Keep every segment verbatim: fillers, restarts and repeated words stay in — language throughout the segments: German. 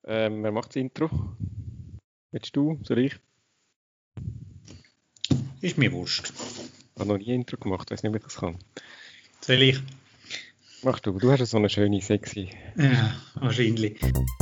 Ähm, wer macht das Intro? Willst du? Soll ich? Ist mir wurscht. Ich habe noch nie ein Intro gemacht, weiß nicht, wie ich das kann. Soll ich? Mach du, du hast ja so eine schöne, sexy... Ja, wahrscheinlich.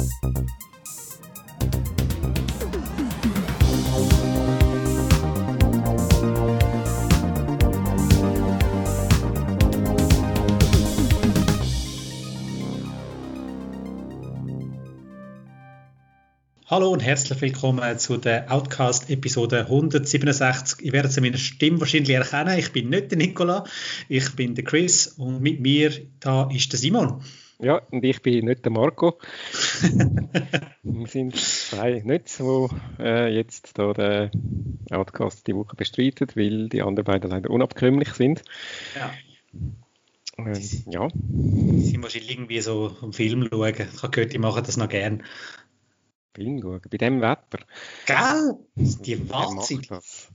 Hallo und herzlich willkommen zu der Outcast-Episode hundertsiebenundsechzig. Ich werde es an meiner Stimme wahrscheinlich erkennen. Ich bin nicht der Nicola, ich bin der Chris und mit mir da ist der Simon. Ja, und ich bin nicht der Marco. Wir sind zwei Netze, die äh, jetzt da den Outcast die Woche bestreiten, weil die anderen beiden leider unabkömmlich sind. Ja. Ähm, ja. Sie sind wahrscheinlich irgendwie so einen Film schauen. Ich habe gehört, die machen das noch gern. Film schauen, bei dem Wetter. Gell? Die Wer Wahnsinn. macht das?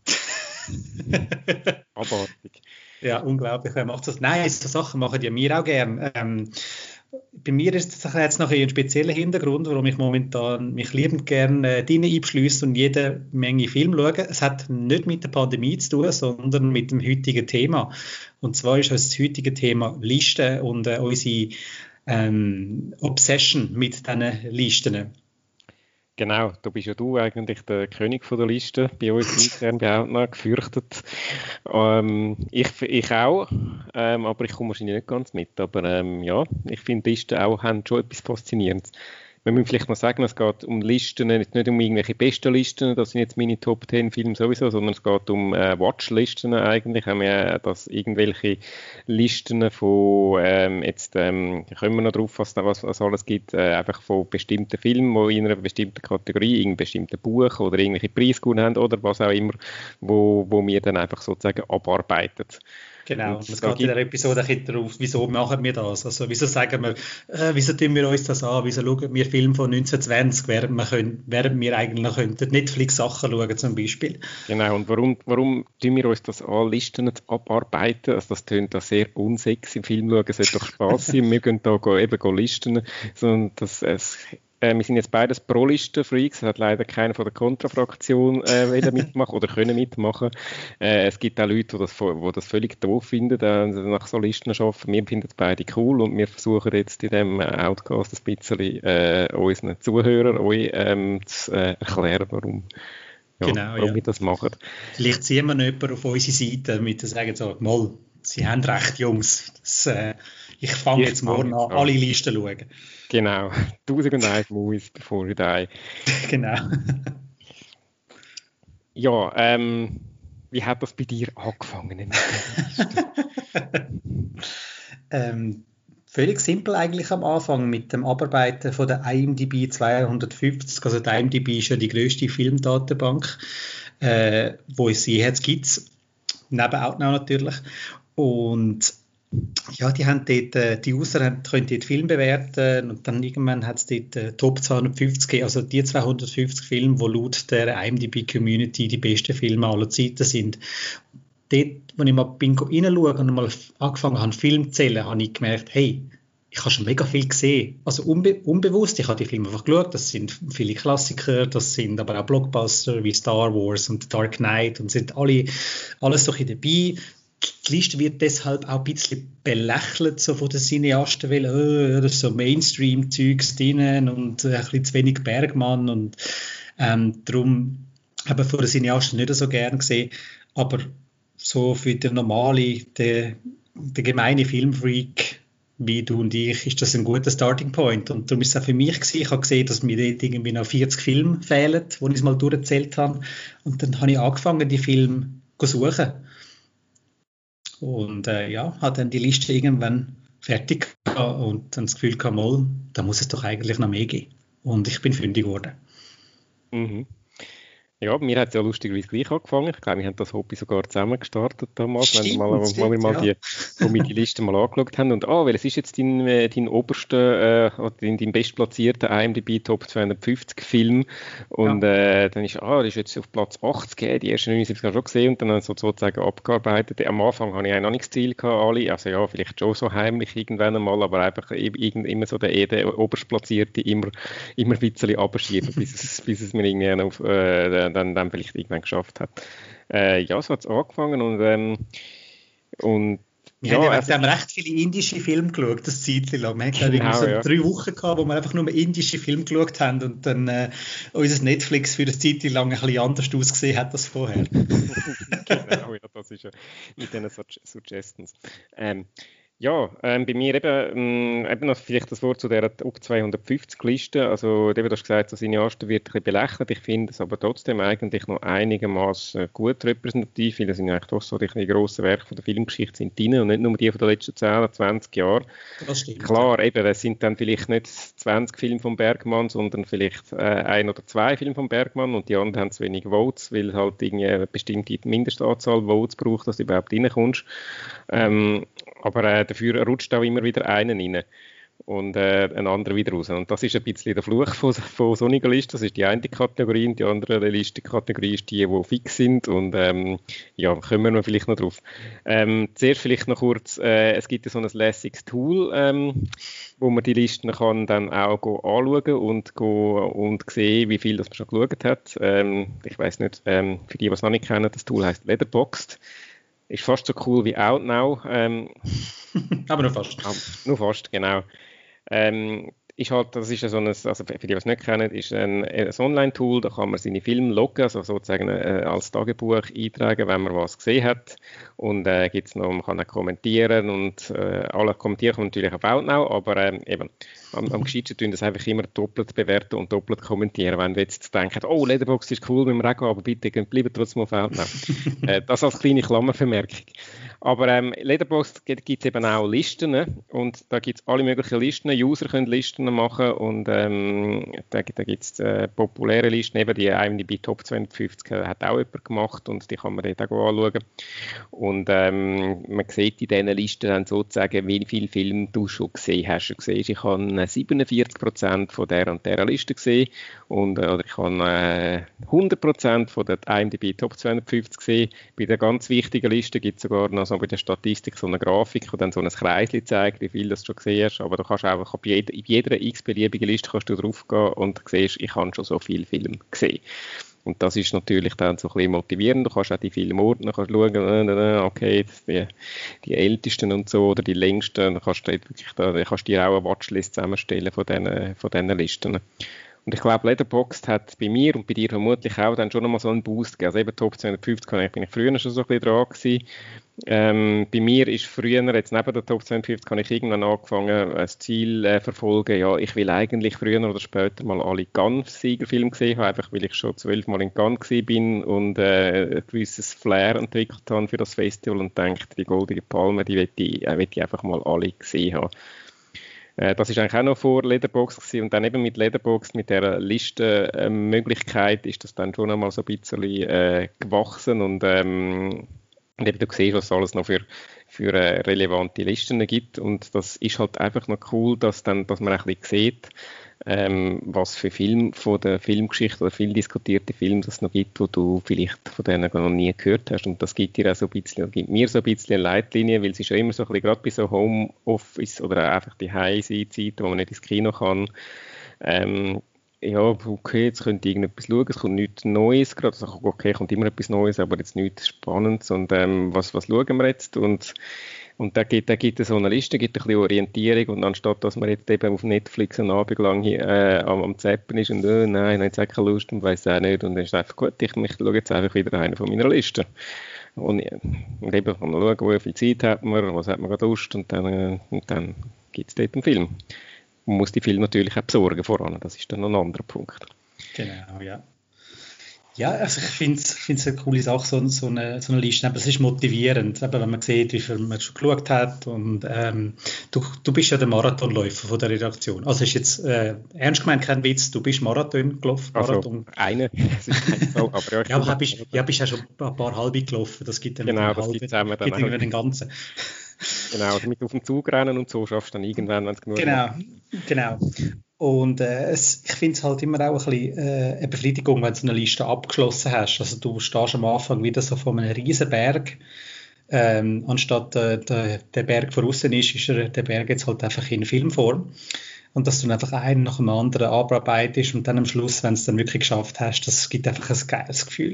Abartig. Ja, unglaublich, wer macht das? Nein, so Sachen machen ja wir auch gern. Ähm, bei mir ist das jetzt noch ein spezieller Hintergrund, warum ich momentan mich liebend gerne äh, drinnen einschliesse und jede Menge Film schaue. Es hat nicht mit der Pandemie zu tun, sondern mit dem heutigen Thema. Und zwar ist das heutige Thema Listen und äh, unsere ähm, Obsession mit diesen Listen. Genau, da bist ja du eigentlich der König von der Liste, bei uns intern bei Outnow, gefürchtet. Ähm, ich, ich auch, ähm, aber ich komme wahrscheinlich nicht ganz mit. Aber ähm, ja, ich finde, Listen auch haben schon etwas Faszinierendes. Wir müssen vielleicht noch sagen, es geht um Listen, nicht um irgendwelche besten Listen, das sind jetzt meine Top zehn Filme sowieso, sondern es geht um äh, Watchlisten eigentlich. Haben wir das irgendwelche Listen von, ähm, jetzt ähm, kommen wir noch drauf, was da was, was alles gibt, äh, einfach von bestimmten Filmen, die in einer bestimmten Kategorie, irgendein bestimmtes Buch oder irgendwelche Preise gewonnen haben oder was auch immer, wo, wo wir dann einfach sozusagen abarbeiten. Genau, und es geht in der Episode darauf, wieso machen wir das? Also wieso sagen wir, äh, wieso tun wir uns das an? Wieso schauen wir Filme von neunzehnhundertzwanzig, während wir, können, während wir eigentlich noch könnten Netflix-Sachen schauen zum Beispiel? Genau, und warum, warum tun wir uns das an, Listen abarbeiten? Also das tönt da sehr unsexy. Film schauen sollte doch Spaß sein. Wir gehen da go, eben go Listen, sondern das... Es, Äh, wir sind jetzt beides Pro-Listen-Freaks. Es hat leider keiner von der Kontrafraktion äh, mitmachen oder können mitmachen. Äh, es gibt auch Leute, die das, die das völlig doof finden, äh, nach so Listen arbeiten. Wir finden es beide cool und wir versuchen jetzt in diesem Outcast ein bisschen äh, unseren Zuhörern euch ähm, zu äh, erklären, warum, ja, genau, warum ja. wir das machen. Vielleicht ziehen wir noch jemanden auf unsere Seite, damit wir sagen, so, mal, Sie haben recht, Jungs. Das, äh, ich fange jetzt morgen an, alle Listen zu schauen. Genau, tausend und eins Movies before you die. Genau. Ja, ähm, wie hat das bei dir angefangen? ähm, völlig simpel eigentlich am Anfang mit dem Abarbeiten von der I M D B zweihundertfünfzig. Also die I M D B ist ja die grösste Filmdatenbank, äh, wo es je jetzt gibt, neben Outnow natürlich. Und ja, die haben dort, äh, die User haben, können dort Filme bewerten und dann irgendwann hat es dort äh, Top zweihundertfünfzig gegeben, also die zweihundertfünfzig Filme, die laut der I M D B-Community die besten Filme aller Zeiten sind. Dort, als ich mal bin reinschauen und mal angefangen habe, Filme zu zählen, habe ich gemerkt, hey, ich habe schon mega viel gesehen. Also unbe unbewusst, ich habe die Filme einfach geschaut, das sind viele Klassiker, das sind aber auch Blockbuster wie Star Wars und Dark Knight und sind alle, alles so ein bisschen dabei. Die Liste wird deshalb auch ein bisschen belächelt so von den Cineasten, weil oh, das ist so Mainstream-Zeugs drin und ein bisschen zu wenig Bergmann und ähm, darum habe ich von den Cineasten nicht so gern gesehen, aber so für den normale, den, den gemeine Filmfreak wie du und ich, ist das ein guter Starting Point und darum ist es auch für mich gewesen. Ich habe gesehen, dass mir dort irgendwie noch vierzig Filme fehlen, die ich es mal durchgezählt habe und dann habe ich angefangen, die Filme zu suchen. Und äh, ja, hat dann die Liste irgendwann fertig gehabt und dann das Gefühl gehabt, mal, da muss es doch eigentlich noch mehr geben. Und ich bin fündig geworden. Mhm. Ja, mir hat es ja lustigerweise gleich angefangen. Ich glaube, wir haben das Hobby sogar zusammen gestartet damals, Stimmt, wenn wir mal, stimmt, wir mal ja. die, wo wir die Liste mal angeschaut haben. Und ah, welches ist jetzt dein, äh, dein oberster, äh, oder dein, dein bestplatzierter IMDb Top zweihundertfünfzig Film? Und Ja. äh, dann ist, ah, das ist jetzt auf Platz achtzig, die ersten neunundsiebzig habe ich schon gesehen und dann so sozusagen abgearbeitet. Am Anfang hatte ich eigentlich noch nicht das Ziel gehabt, alle. Also ja, vielleicht schon so heimlich irgendwann einmal, aber einfach irgend, immer so der, der oberstplatzierte immer, immer ein bisschen abschieben, bis es, bis es mir irgendwie auf, äh, dann, dann vielleicht irgendwann geschafft hat. Äh, ja, so hat es angefangen und, ähm, und Wir ja, haben ja also, wegen dem recht viele indische Filme geschaut, das Zeitchen lang. Wir haben glaube ich genau, so ja. drei Wochen gehabt, wo wir einfach nur indische Filme geschaut haben und dann äh, unser Netflix für das Zeitchen lang ein bisschen anders ausgesehen hat als vorher. Genau, ja, das ist ja mit diesen Sug Suggestions. Ähm, ja, ähm, bei mir eben, ähm, eben noch vielleicht das Wort zu der Top zweihundertfünfzig Liste. Also, eben, du hast gesagt, das Cineasten wird ein bisschen belächelt. Ich finde es aber trotzdem eigentlich noch einigermaßen gut repräsentativ, weil das sind eigentlich doch so die, die grossen Werke von der Filmgeschichte sind drin und nicht nur die von den letzten zehn, zwanzig Jahren. Das stimmt. Klar, ja. Eben, es sind dann vielleicht nicht zwanzig Filme von Bergmann, sondern vielleicht äh, ein oder zwei Filme von Bergmann und die anderen haben zu wenig Votes, weil halt irgendwie eine bestimmte Mindestanzahl Votes braucht, dass du überhaupt reinkommst. Ähm, aber äh, dafür rutscht auch immer wieder einen rein und äh, ein anderer wieder raus. Und das ist ein bisschen der Fluch von, von so einer Liste. Das ist die eine Kategorie und die andere Listenkategorie ist die, die fix sind. Und ähm, ja, kommen wir vielleicht noch drauf. Ähm, zuerst vielleicht noch kurz, äh, es gibt ja so ein lässiges Tool, ähm, wo man die Listen kann dann auch go anschauen und, go, und sehen, wie viel das man schon geschaut hat. Ähm, ich weiss nicht, ähm, für die, die es noch nicht kennen, das Tool heisst Letterboxd. Ist fast so cool wie Outnow. Ähm, aber nur fast. Ah, nur fast, genau. Ähm, ist halt, das ist ja so ein, also für die, die es nicht kennen, ist ein, ein Online-Tool, da kann man seine Filme loggen, also sozusagen äh, als Tagebuch eintragen, wenn man was gesehen hat. Und äh, gibt's noch, man kann auch kommentieren und äh, alle kommentieren kann man natürlich auf Outnow, aber ähm, eben, am, am gescheitsten tun das einfach immer doppelt bewerten und doppelt kommentieren. Wenn wir jetzt denken, oh, Letterboxd ist cool mit dem Rego, aber bitte bleibt trotzdem auf Outnow. äh, das als kleine Klammervermerkung. Aber ähm, Letterboxd gibt es eben auch Listen und da gibt es alle möglichen Listen. User können Listen machen und ähm, da, da gibt es äh, populäre Listen, eben die IMDb Top zweihundertfünfzig hat auch jemand gemacht und die kann man dort auch anschauen. Und ähm, man sieht in diesen Listen dann sozusagen, wie viele Filme du schon gesehen hast. Du siehst, ich habe siebenundvierzig Prozent von der und der Liste gesehen und, äh, oder ich habe äh, hundert Prozent von der IMDb Top zweihundertfünfzig gesehen. Bei der ganz wichtigen Liste gibt es sogar noch so bei der Statistik so eine Grafik, die dann so ein Kreisli zeigt, wie viel das du schon gesehen hast. Aber du kannst einfach auf jeder, in jeder x-beliebigen Liste kannst du drauf gehen und siehst, ich habe schon so viele Filme gesehen. Und das ist natürlich dann so ein bisschen motivierend. Du kannst auch die Filme ordnen, kannst schauen, okay, die, die ältesten und so oder die längsten, dann kannst du wirklich da, kannst dir auch eine Watchlist zusammenstellen von diesen, von diesen Listen. Und ich glaube, Letterboxd hat bei mir und bei dir vermutlich auch dann schon nochmal so einen Boost gegeben. Also eben Top zweihundertfünfzig bin ich früher schon so ein bisschen dran gewesen. Ähm, bei mir ist früher, jetzt neben der Top zweihundertfünfzig, habe ich irgendwann angefangen, ein Ziel äh, verfolgen, ja, ich will eigentlich früher oder später mal alle Cannes-Siegerfilme gesehen haben, einfach weil ich schon zwölfmal in Cannes gewesen bin und äh, ein gewisses Flair entwickelt habe für das Festival und denke, die Goldene Palme, die will ich, äh, will ich einfach mal alle gesehen haben. Das ist eigentlich auch noch vor Letterboxd gewesen. Und dann eben mit Letterboxd, mit der Listenmöglichkeit, ist das dann schon einmal so ein bisschen äh, gewachsen und, ähm, und eben du siehst, was es alles noch für, für äh, relevante Listen gibt und das ist halt einfach noch cool, dass, dann, dass man ein bisschen sieht, ähm, was für Filme von der Filmgeschichte oder viel diskutierte Filme es noch gibt, wo du vielleicht von denen noch nie gehört hast und das gibt dir auch so ein bisschen, gibt mir so ein bisschen eine Leitlinie, weil es ist ja immer so ein bisschen, gerade bei so Homeoffice oder einfach die Heimsein-Zeiten, wo man nicht ins Kino kann, ähm, ja, okay, jetzt könnte ich irgendetwas schauen, es kommt nichts Neues gerade, also okay, kommt immer etwas Neues, aber jetzt nichts Spannendes und ähm, was, was schauen wir jetzt und Und da gibt, da gibt es so eine Liste, gibt ein bisschen Orientierung und anstatt, dass man jetzt eben auf Netflix einen Abend lang hier, äh, am, am Zappen ist und äh, nein, jetzt habe ich keine Lust und weiss auch nicht und dann ist es einfach gut, ich, ich schaue jetzt einfach wieder einen von meiner Liste. Und, und eben kann man schauen, wie viel Zeit hat man, was hat man gerade Lust und dann, äh, dann gibt es dort einen Film. Man muss die Filme natürlich auch besorgen voran, das ist dann noch ein anderer Punkt. Genau, ja. Ja, also ich finde es ich eine coole Sache, so, so, eine, so eine Liste. Aber es ist motivierend, eben, wenn man sieht, wie viel man schon geschaut hat. Und ähm, du, du bist ja der Marathonläufer von der Redaktion. Also ist jetzt äh, ernst gemeint kein Witz, du bist Marathon gelaufen. Also Marathon. eine, das ist kein Fall, aber ja, ich Ja, tue aber das. bist, ja, bist ja schon ein paar halbe gelaufen. Das gibt ja nicht Genau, den das halben, gibt es zusammen dann gibt auch. irgendwie den ganzen. Genau, damit auf den Zug rennen und so schaffst du dann irgendwann, wenn es genug macht. Genau, genau. Und äh, es, ich finde es halt immer auch ein bisschen äh, eine Befriedigung, wenn du eine Liste abgeschlossen hast. Also du stehst am Anfang wieder so vor einem riesen Berg. Ähm, anstatt äh, der, der Berg von außen ist, ist er, der Berg jetzt halt einfach in Filmform. Und dass du dann einfach einen nach dem anderen abarbeitest und dann am Schluss, wenn du es dann wirklich geschafft hast, das gibt einfach ein geiles Gefühl.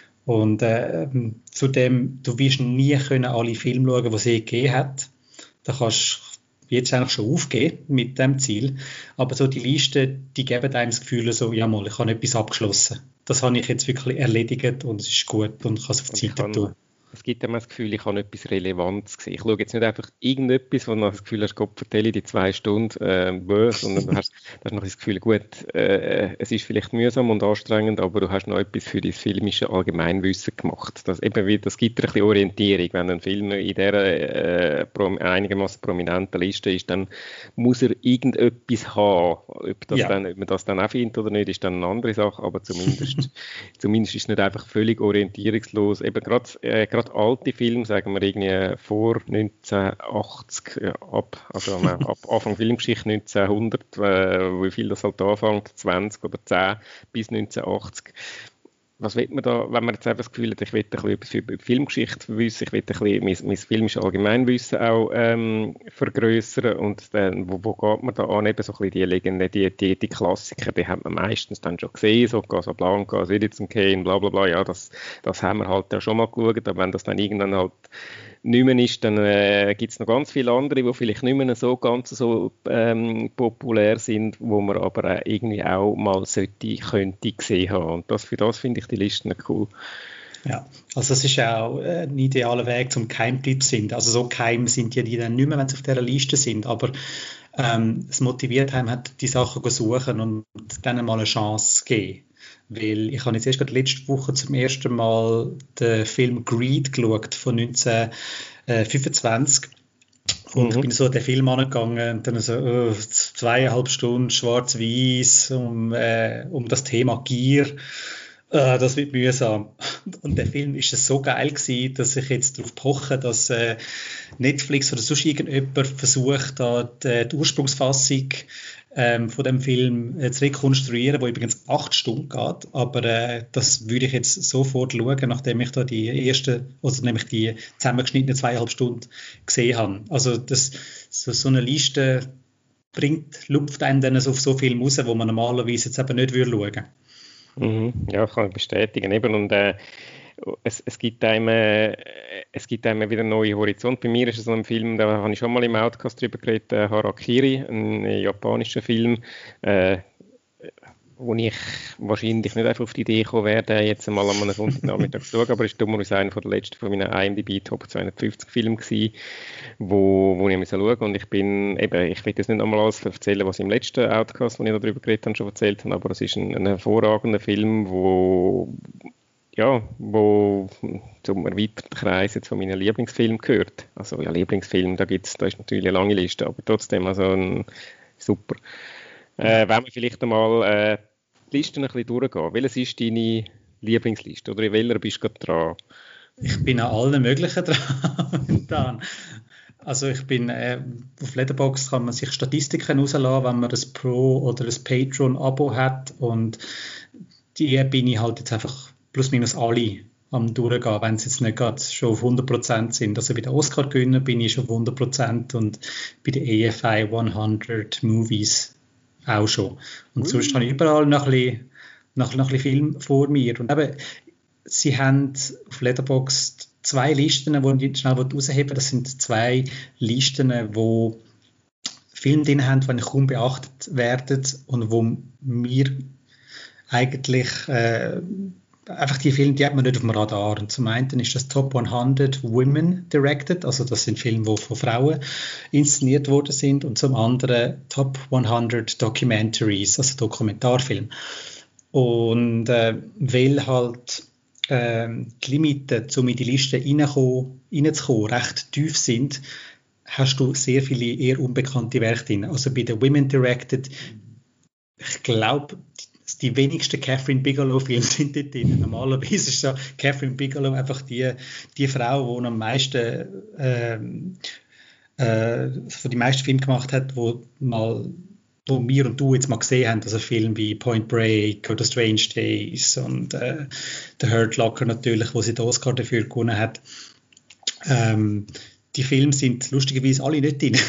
Und äh, zudem, du wirst nie können alle Filme schauen, die es je gegeben hat. Da kannst du jetzt eigentlich schon aufgeben mit dem Ziel. Aber so die Liste, die geben einem das Gefühl so, ja mal, ich habe etwas abgeschlossen. Das habe ich jetzt wirklich erledigt und es ist gut und kann es auf die Seite tun. Es gibt immer das Gefühl, ich habe etwas Relevantes gesehen. Ich schaue jetzt nicht einfach irgendetwas, wo du das Gefühl hast, Gott, vertelle die zwei Stunden, äh, sondern du hast, du hast noch das Gefühl, gut, äh, es ist vielleicht mühsam und anstrengend, aber du hast noch etwas für dein filmische Allgemeinwissen gemacht. Das, eben wie, das gibt dir ein bisschen Orientierung. Wenn ein Film in dieser äh, einigermaßen prominenten Liste ist, dann muss er irgendetwas haben. Ob, das Ja. dann, ob man das dann auch findet oder nicht, ist dann eine andere Sache, aber zumindest, zumindest ist es nicht einfach völlig orientierungslos. Eben gerade äh, gerade alte Filme, sagen wir irgendwie vor neunzehnhundertachtzig, ja, ab, also ab Anfang Filmgeschichte neunzehnhundert, äh, wie viel das halt anfängt, zwanzig oder zehn bis neunzehnhundertachtzig. Was will man da, wenn man jetzt einfach das Gefühl hat, ich will ein bisschen etwas über die Filmgeschichte wissen, ich will ein bisschen mein, mein filmisches Allgemeinwissen auch ähm, vergrößern und dann, wo, wo geht man da an, eben so ein bisschen die Legende, die, die, die Klassiker, die hat man meistens dann schon gesehen, so Casablanca, Citizen Kane, bla bla bla, ja, das, das haben wir halt ja schon mal geschaut, aber wenn das dann irgendwann halt nicht mehr ist, dann äh, gibt es noch ganz viele andere, die vielleicht nicht mehr so ganz so ähm, populär sind, wo man aber äh, irgendwie auch mal sollte, könnte gesehen haben. Und das, für das finde ich die Listen cool. Ja, also das ist ja auch ein idealer Weg zum Keimtipp sind. Also so geheim sind ja die dann nicht mehr, wenn sie auf dieser Liste sind, aber ähm, es motiviert einem, halt die Sachen zu suchen und dann mal eine Chance zu geben. Weil ich habe jetzt erst gerade letzte Woche zum ersten Mal den Film Greed geschaut von neunzehnhundertfünfundzwanzig. Und mhm. ich bin so an den Film angegangen und dann so oh, zweieinhalb Stunden schwarz-weiß um, äh, um das Thema Gier. Uh, das wird mühsam. Und der Film ist so geil gewesen, dass ich jetzt darauf poche, dass äh, Netflix oder sonst irgendjemand versucht, da die, die Ursprungsfassung ähm, von dem Film äh, zu rekonstruieren, wo übrigens acht Stunden geht. Aber äh, das würde ich jetzt sofort schauen, nachdem ich da die erste, also nämlich die zusammengeschnittenen zweieinhalb Stunden gesehen habe. Also das, so, so eine Liste bringt, lupft einen dann so auf so Filme raus, wo man normalerweise jetzt eben nicht würde schauen. Mhm. Ja, kann ich bestätigen. Eben, und äh, es, es, gibt einem, äh, es gibt einem wieder neue Horizont. Bei mir ist es so ein Film, da habe ich schon mal im Outcast drüber geredet, äh, Harakiri, ein äh, japanischer Film, äh, wo ich wahrscheinlich nicht einfach auf die Idee gekommen wäre, jetzt mal an einem Sonntagnachmittag zu schauen, aber es war dummerweise einer von der letzten von meinen I M D B Top zweihundertfünfzig Filmen gewesen, wo, wo ich mich schauen und ich bin, eben, ich will jetzt nicht nochmal alles erzählen, was ich im letzten Outcast, wo ich darüber geredet habe, schon erzählt habe, aber es ist ein, ein hervorragender Film, wo ja, wo zum erweiterten Kreis jetzt von meinen Lieblingsfilmen gehört. Also ja, Lieblingsfilm, da gibt's, da ist natürlich eine lange Liste, aber trotzdem, also ein, super. Äh, wenn wir vielleicht einmal äh, die Listen ein bisschen durchgehen. Welches ist deine Lieblingsliste oder in welcher bist du gerade dran? Ich bin an allen möglichen dran. Also ich bin, äh, auf Letterboxd kann man sich Statistiken rauslassen, wenn man ein Pro- oder ein Patreon-Abo hat und die bin ich halt jetzt einfach plus minus alle am durchgehen, wenn es jetzt nicht gerade schon auf hundert Prozent sind. Also bei den Oscar-Gewinnern bin ich schon auf hundert Prozent und bei den E F I hundert Movies auch schon. Und mm. sonst habe ich überall noch ein bisschen, noch, noch ein bisschen Film vor mir. Und eben, sie haben auf Letterboxd zwei Listen, die ich schnell herausheben will. Das sind zwei Listen, wo Filme drin haben, die kaum beachtet werden und wo mir eigentlich äh, einfach die Filme, die hat man nicht auf dem Radar. Und zum einen ist das Top hundert Women Directed, also das sind Filme, die von Frauen inszeniert worden sind, und zum anderen Top hundert Documentaries, also Dokumentarfilme. Und äh, weil halt äh, die Limiten, um in die Liste reinzukommen, reinzukommen, recht tief sind, hast du sehr viele eher unbekannte Werke drin. Also bei den Women Directed, ich glaube, die wenigsten Catherine Bigelow-Filme sind dort drin. Normalerweise ist so Catherine Bigelow einfach die, die Frau, die am meisten ähm, äh, von die meisten Filme gemacht hat, wo mal wo wir und du jetzt mal gesehen haben, also Filme wie Point Break oder Strange Days und äh, The Hurt Locker natürlich, wo sie den Oscar dafür gewonnen hat. Ähm, die Filme sind lustigerweise alle nicht drin.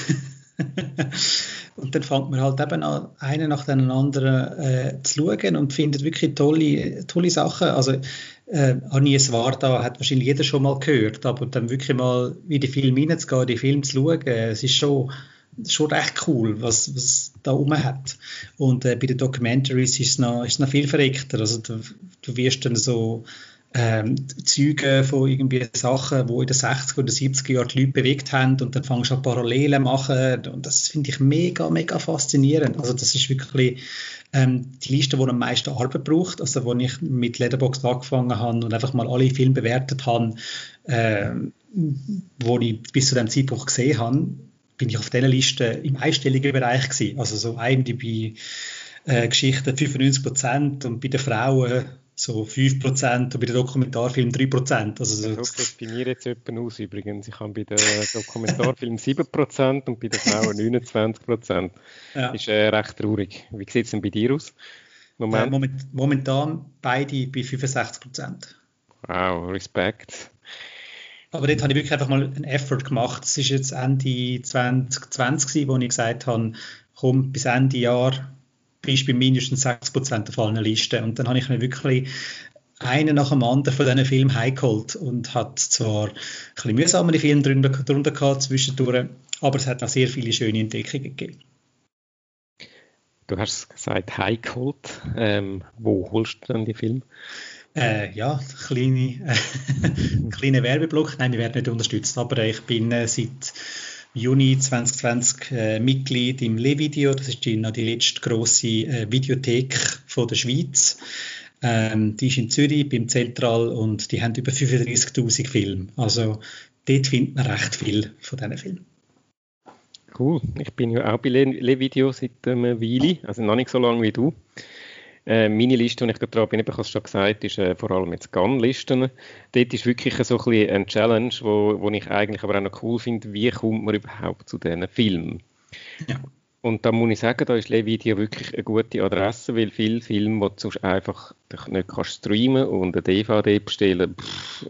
Und dann fängt man halt eben an, einen nach den anderen äh, zu schauen und findet wirklich tolle, tolle Sachen. Also äh, Agnes Varda hat wahrscheinlich jeder schon mal gehört, aber dann wirklich mal in die Filme reinzugehen, die Filme zu schauen, es ist schon, schon recht cool, was, was da rum hat. Und äh, bei den Documentaries ist es noch, ist es noch viel verrückter. Also du, du wirst dann so ähm, Zeugen von irgendwie Sachen, die in den sechziger oder siebziger Jahren die Leute bewegt haben und dann fängst du an Parallelen machen und das finde ich mega, mega faszinierend. Also das ist wirklich ähm, die Liste, die am meisten Arbeit braucht, also wo ich mit Letterboxd angefangen habe und einfach mal alle Filme bewertet habe, ähm, wo ich bis zu dem Zeitpunkt gesehen habe, bin ich auf dieser Liste im einstelligen Bereich gewesen. Also so I M D B äh, Geschichten fünfundneunzig Prozent und bei den Frauen so fünf Prozent und bei den Dokumentarfilmen drei Prozent. Also so, so sieht es bei mir jetzt etwa aus übrigens. Ich habe bei den Dokumentarfilmen sieben Prozent und bei den Frauen neunundzwanzig Prozent. Ja. Ist äh, recht traurig. Wie sieht es denn bei dir aus? Moment. Äh, moment, momentan beide bei fünfundsechzig Prozent. Wow, Respekt. Aber dort habe ich wirklich einfach mal einen Effort gemacht. Das ist jetzt Ende zwanzig zwanzig, wo ich gesagt habe, komm, bis Ende Jahr bist bei mindestens sechzig Prozent auf allen Listen. Und dann habe ich mir wirklich einen nach dem anderen von diesen Filmen heimgeholt und hat zwar ein bisschen mühsamere Filme drunter, drunter gehabt zwischendurch, aber es hat noch sehr viele schöne Entdeckungen gegeben. Du hast gesagt, heimgeholt. Ähm, wo holst du dann die Filme? Äh, ja, kleine, äh, kleine Werbeblock. Nein, wir werden nicht unterstützt, aber ich bin äh, seit Juni zwanzig zwanzig äh, Mitglied im Le-Video. Das ist die, noch die letzte grosse äh, Videothek von der Schweiz. Ähm, die ist in Zürich beim Zentral und die haben über fünfunddreißigtausend Filme. Also dort findet man recht viel von diesen Filmen. Cool. Ich bin ja auch bei Le-Video seit einer Weile, also noch nicht so lange wie du. Äh, meine Liste, die ich gerade dran bin, ich habe es schon gesagt, ist äh, vor allem jetzt Gun-Listen. Dort ist wirklich so ein bisschen eine Challenge, wo, wo ich eigentlich aber auch noch cool finde, wie kommt man überhaupt zu diesen Filmen. Ja. Und da muss ich sagen, da ist Le-Video wirklich eine gute Adresse, weil viele Filme, die du sonst einfach nicht kannst streamen und eine D V D bestellen, pff,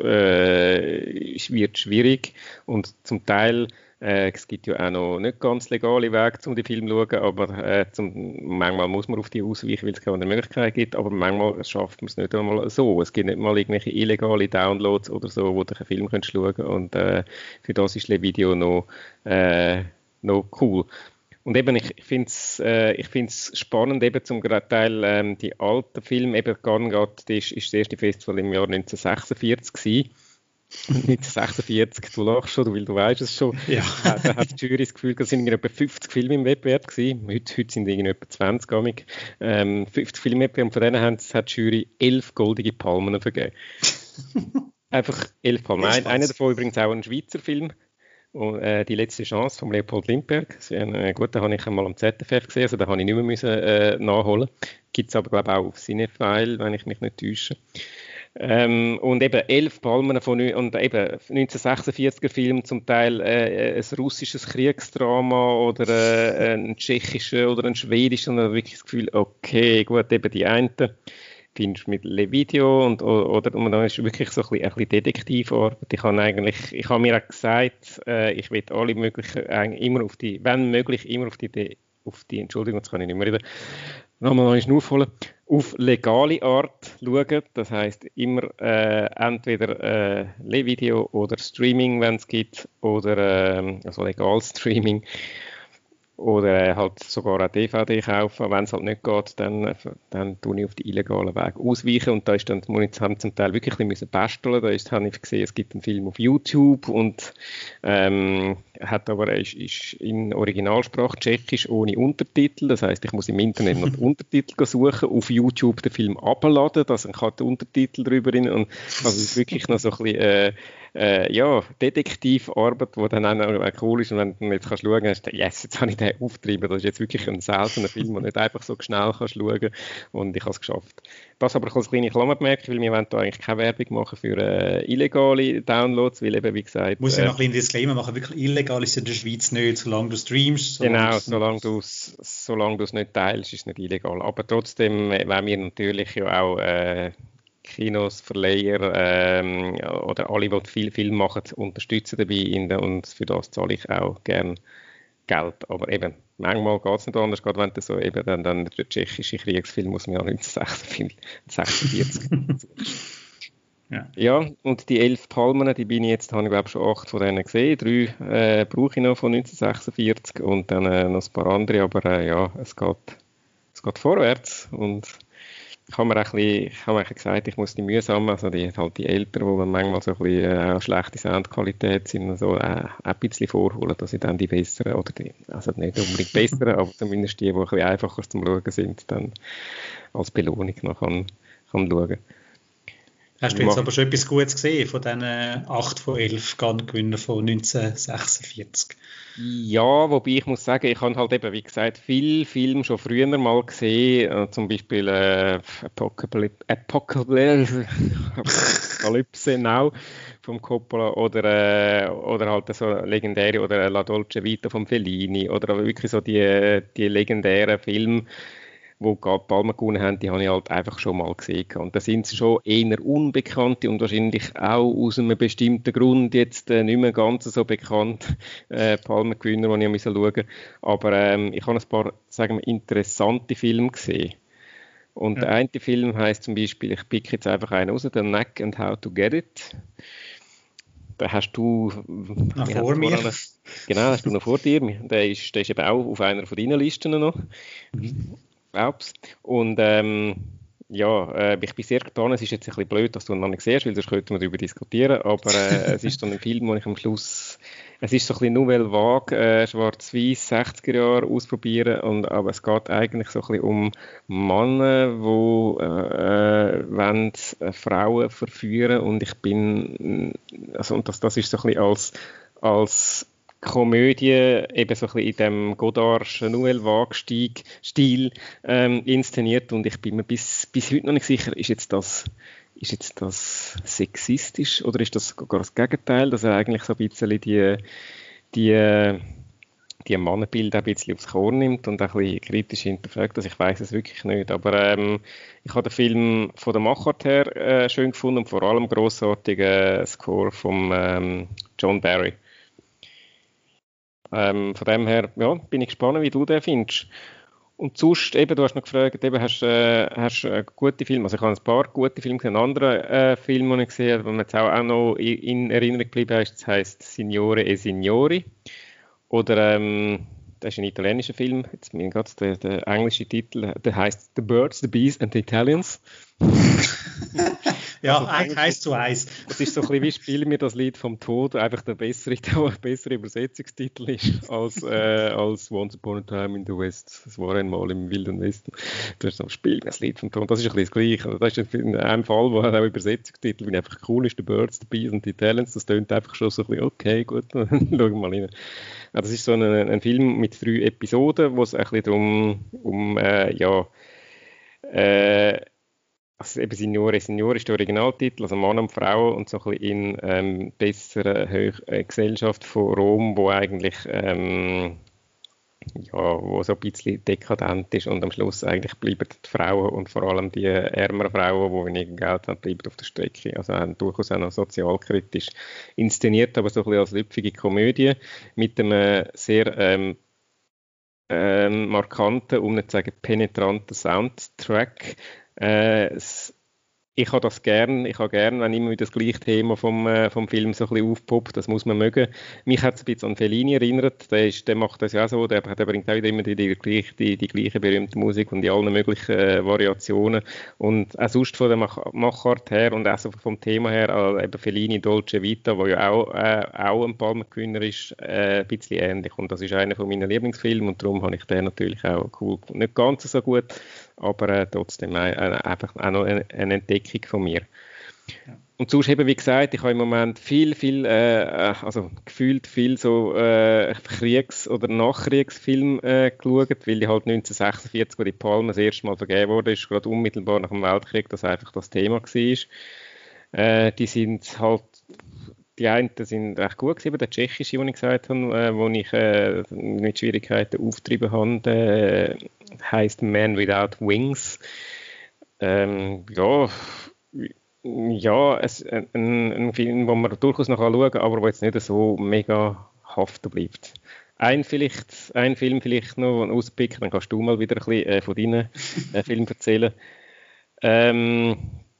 äh, wird schwierig. Und zum Teil Äh, es gibt ja auch noch nicht ganz legale Wege, um die Filme zu schauen, aber äh, zum, manchmal muss man auf die ausweichen, weil es keine Möglichkeit gibt, aber manchmal schafft man es nicht einmal so. Es gibt nicht mal irgendwelche illegale Downloads oder so, wo du einen Film kannst schauen kannst und äh, für das ist das Video noch, äh, noch cool. Und eben, ich finde es äh, spannend, eben zum Teil ähm, die alten Filme, eben Garngard, das ist, ist das erste Festival im Jahr neunzehnhundertsechsundvierzig gewesen. neunzehnhundertsechsundvierzig, du lachst schon, weil du weißt es schon. Ja. Da hat die Jury das Gefühl, es sind etwa fünfzig Filme im Wettbewerb gewesen. Heute, heute sind irgendwie etwa zwanzig. Ähm, fünfzig Filme im Wettbewerb und von denen hat, hat die Jury elf goldige Palmen vergeben. Einfach elf Palmen. Ein, einer davon übrigens auch ein Schweizer Film. Und, äh, die letzte Chance von Leopold Lindbergh. Äh, gut, den habe ich einmal am Z F F gesehen, also den habe ich nicht mehr müssen, äh, nachholen. Gibt es aber, glaube ich, auch auf Cinefile, wenn ich mich nicht täusche. Ähm, und eben elf Palmen von und eben neunzehnhundertsechsundvierziger Film, zum Teil äh, ein russisches Kriegsdrama oder äh, ein tschechisches oder ein schwedisches, und dann wirklich das Gefühl, okay, gut, eben die einen findest du mit Le-Video und, oder, und dann ist wirklich so ein bisschen, ein bisschen Detektivarbeit. Ich habe eigentlich, ich habe mir auch gesagt, äh, ich will alle möglichen, eigentlich immer auf die, wenn möglich, immer auf die, auf die, Entschuldigung, jetzt kann ich nicht mehr reden, nochmal noch einen aufholen, auf legale Art schauen. Das heisst immer äh, entweder äh, Le-Video oder Streaming, wenn es gibt, oder äh, also legal Streaming. oder äh, halt sogar eine D V D kaufen. Wenn es halt nicht geht, dann, dann tue ich auf die illegalen Wege ausweichen und da ist dann, muss ich haben zum Teil wirklich ein bisschen basteln. Da ist, habe ich gesehen, es gibt einen Film auf YouTube und ähm, hat aber ist, ist in Originalsprache Tschechisch ohne Untertitel. Das heißt, ich muss im Internet noch die Untertitel suchen, auf YouTube den Film abladen, dass ich den Untertitel drüber rein und also es ist wirklich noch so ein bisschen äh, äh, ja, Detektivarbeit, die dann auch cool ist und wenn du jetzt kannst schauen kannst, yes, jetzt habe ich den aufgetrieben. Das ist jetzt wirklich ein seltener Film, den nicht einfach so schnell kannst schauen und ich habe es geschafft. Das aber als kleine Klammerbemerkung, weil wir wollen da eigentlich keine Werbung machen für äh, illegale Downloads, weil eben, wie gesagt... Muss ja äh, noch ein bisschen Disclaimer machen, wirklich illegal ist in der Schweiz nicht, solange du streamst. Solange genau, solange du es solange du es nicht teilst, ist es nicht illegal. Aber trotzdem äh, wollen wir natürlich ja auch äh, Kinos, Verleiher ähm, oder alle, die viel Film machen, unterstützen dabei in der, und für das zahle ich auch gerne Geld. Aber eben, manchmal geht es nicht anders, gerade wenn du so eben dann, dann der tschechische Kriegsfilm aus dem Jahr neunzehnhundertsechsundvierzig Ja. ja, und die elf Palmen, die bin ich jetzt, habe ich glaube schon acht von denen gesehen. Drei äh, brauche ich noch von neunzehnhundertsechsundvierzig und dann äh, noch ein paar andere, aber äh, ja, es geht, es geht vorwärts und ich habe mir ein bisschen, ich habe mir gesagt, ich muss die mühsam, also die, halt die Eltern, die manchmal so ein bisschen äh, auch schlechte Soundqualität sind, so äh, ein bisschen vorholen, dass ich dann die besseren, oder die, also nicht unbedingt besseren, aber zumindest die, die ein bisschen einfacher zum Schauen sind, dann als Belohnung noch kann, kann schauen. Hast du jetzt aber schon etwas Gutes gesehen von diesen acht von elf Cannes-Gewinnern von neunzehnhundertsechsundvierzig? Ja, wobei ich muss sagen, ich habe halt eben, wie gesagt, viele Filme schon früher mal gesehen, äh, zum Beispiel äh, Apocalypse, Apocalypse, Apocalypse Now vom Coppola oder, äh, oder halt so legendäre, oder La Dolce Vita von Fellini oder wirklich so die, die legendären Filme, die gerade Palme gewonnen haben, die habe ich halt einfach schon mal gesehen. Und da sind schon eher Unbekannte und wahrscheinlich auch aus einem bestimmten Grund jetzt äh, nicht mehr ganz so bekannt, äh, Palmengewinner, die ich schauen musste. Aber ähm, ich habe ein paar, sagen wir, interessante Filme gesehen. Und ja. Der eine Film heisst zum Beispiel, ich picke jetzt einfach einen raus, The Knack and How to Get It. Da hast du... Noch vor mir. Eine, genau, hast du noch vor dir. Der ist, der ist eben auch auf einer von deinen Listen noch. Mhm. Glaub's. Und ähm, ja, äh, ich bin sehr gespannt. Es ist jetzt ein bisschen blöd, dass du ihn noch nicht siehst, weil sonst könnten wir darüber diskutieren. Aber äh, es ist so ein Film, wo ich am Schluss, es ist so ein bisschen Nouvelle Vague, äh, schwarz-weiß, sechziger Jahre ausprobieren. Und, aber es geht eigentlich so ein bisschen um Männer, die äh, wollen, äh, Frauen verführen. Und ich bin, also und das, das ist so ein bisschen als, als Komödie eben so ein bisschen in dem Godardschen Nouvelle Vague-Stil ähm, inszeniert und ich bin mir bis, bis heute noch nicht sicher, ist jetzt das, ist jetzt das sexistisch oder ist das sogar das Gegenteil, dass er eigentlich so ein bisschen die, die, die Mannenbilder ein bisschen aufs Korn nimmt und ein bisschen kritisch hinterfragt. Also ich weiß es wirklich nicht, aber ähm, ich habe den Film von der Machart her äh, schön gefunden und vor allem grossartigen Score von ähm, John Barry. Ähm, von dem her ja, bin ich gespannt, wie du den findest. Und sonst, eben, du hast noch gefragt, eben, hast du äh, äh, gute Filme, also ich habe ein paar gute Filme gesehen, andere äh, Filme, die ich gesehen habe, die mir jetzt auch, auch noch in, in Erinnerung geblieben ist, das heisst Signore e Signori. Oder, ähm, das ist ein italienischer Film, jetzt mir gerade der, der englische Titel, der heisst The Birds, the Bees and the Italians. Ja, also eins zu eins. Das ist so ein bisschen wie «Spiel mir das Lied vom Tod», einfach der bessere, der bessere Übersetzungstitel ist als, äh, als «Once Upon a Time in the West». Das war einmal im Wilden Westen. Das ist so «Spiel mir das Lied vom Tod». Das ist ein bisschen das Gleiche. Also das ist in einem Fall, wo auch Übersetzungstitel, wenn einfach cool ist, «The Birds, the Bees and the Italians», das tönt einfach schon so ein bisschen «Okay, gut, schauen wir mal rein». Ja, das ist so ein, ein Film mit drei Episoden, wo es ein bisschen darum, um, äh, ja, äh, also eben Signore, Signore ist der Originaltitel, also Mann und Frau und so ein bisschen in ähm, besserer Höch- äh, Gesellschaft von Rom, wo eigentlich ähm, ja, wo so ein bisschen dekadent ist und am Schluss eigentlich bleiben die Frauen und vor allem die ärmeren Frauen, die weniger Geld haben, bleiben auf der Strecke. Also haben durchaus auch noch sozialkritisch inszeniert, aber so ein bisschen als lüpfige Komödie mit einem sehr ähm, ähm, markanten, um nicht zu sagen penetranten Soundtrack. Äh, es ich habe das gern, ich habe gern, wenn immer wieder das gleiche Thema vom, äh, vom Film so ein bisschen aufpoppt, das muss man mögen. Mich hat es ein bisschen an Fellini erinnert, der, ist, der macht das ja auch so, der, der bringt auch wieder immer die, die, die, die, die gleiche berühmte Musik und die allen möglichen äh, Variationen und auch sonst von der Mach Machart her und auch so vom Thema her, äh, eben Fellini, Dolce Vita, wo ja auch, äh, auch ein Palmengewinner ist, äh, ein bisschen ähnlich und das ist einer von meinen Lieblingsfilmen und darum habe ich den natürlich auch cool, nicht ganz so gut, aber äh, trotzdem äh, einfach auch noch eine, eine Entdeckung von mir. Ja. Und sonst eben, wie gesagt, ich habe im Moment viel, viel, äh, also gefühlt viel so äh, Kriegs- oder Nachkriegsfilme äh, geschaut, weil die halt neunzehnhundertsechsundvierzig, wo die Palme das erste Mal vergeben wurde, ist gerade unmittelbar nach dem Weltkrieg, das einfach das Thema war. Äh, die sind halt, die einen sind recht gut gewesen, der tschechische, den ich gesagt habe, äh, wo ich äh, mit Schwierigkeiten aufgetrieben habe, der heisst Man Without Wings. Ähm, ja, ja, es, ein, ein Film, den man durchaus noch anschauen kann, aber der jetzt nicht so mega haften bleibt. Ein, vielleicht, ein Film vielleicht noch auspicken, dann kannst du mal wieder ein bisschen äh, von deinen äh, Filmen erzählen. Ähm,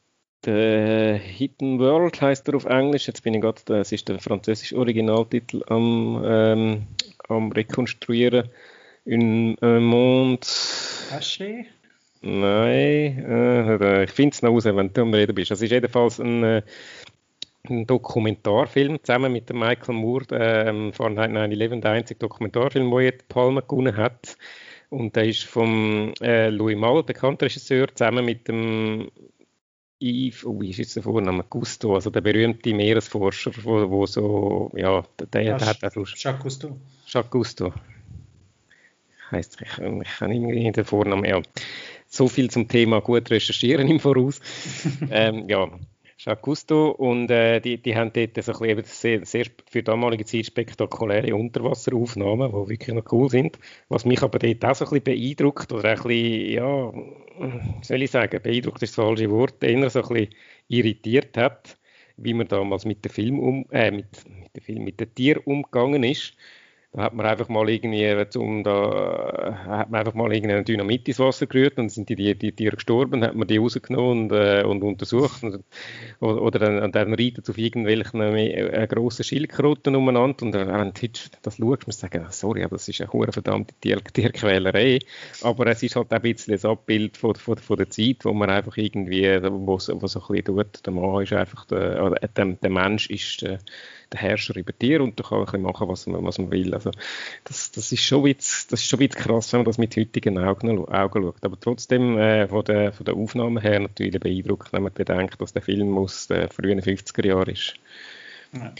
The Hidden World heisst er auf Englisch. Jetzt bin ich gerade, das ist der französische Originaltitel am, ähm, am Rekonstruieren. Un, un Monde. Caché? Nein, äh, ich finde es noch raus, wenn du am Reden bist. Das ist jedenfalls ein, äh, ein Dokumentarfilm, zusammen mit dem Michael Moore, ähm, Fahrenheit neun elf, der einzige Dokumentarfilm, der die Palme gewonnen hat. Und der ist vom äh, Louis Malle, bekannter Regisseur, zusammen mit dem Yves, oh, wie ist jetzt der Vorname? Cousteau, also der berühmte Meeresforscher, wo, wo so, ja, der, der ah, hat auch Jacques Cousteau. Jacques Cousteau. Heisst, ich, ich kann irgendwie den Vornamen, ja. So viel zum Thema gut recherchieren im Voraus. ähm, ja, Jacques Cousteau und äh, die, die haben dort so ein bisschen sehr, sehr für damalige Zeit spektakuläre Unterwasseraufnahmen, die wirklich noch cool sind. Was mich aber dort auch so ein bisschen beeindruckt oder ein bisschen, ja, soll ich sagen, beeindruckt ist das falsche Wort, eher so ein bisschen irritiert hat, wie man damals mit dem Film um, äh, mit, mit dem Film, mit den Tieren umgegangen ist. Da hat man einfach mal irgendwie, um da, hat man einfach mal irgendein Dynamit ins Wasser gerührt und sind die, die, die Tiere gestorben, hat man die rausgenommen und, äh, und untersucht. Und, oder, oder dann, dann reitet auf irgendwelchen äh, grossen Schildkröten umeinander und wenn du das schaust, musst du sagen, sorry, aber das ist eine hure verdammte Tier, Tierquälerei. Aber es ist halt auch ein bisschen ein Abbild von, von, von der Zeit, wo man einfach irgendwie, wo es so ein bisschen tut, der Mann ist einfach, der, oder der, der Mensch ist der, der Herrscher über Tiere und der kann ein bisschen machen, was man, was man will. Also das, das, ist schon witz, das ist schon witz krass, wenn man das mit heutigen Augen, Augen schaut. Aber trotzdem äh, von, der, von der Aufnahme her natürlich beeindruckend, wenn man bedenkt, dass der Film aus den frühen fünfziger Jahren ist. Ja.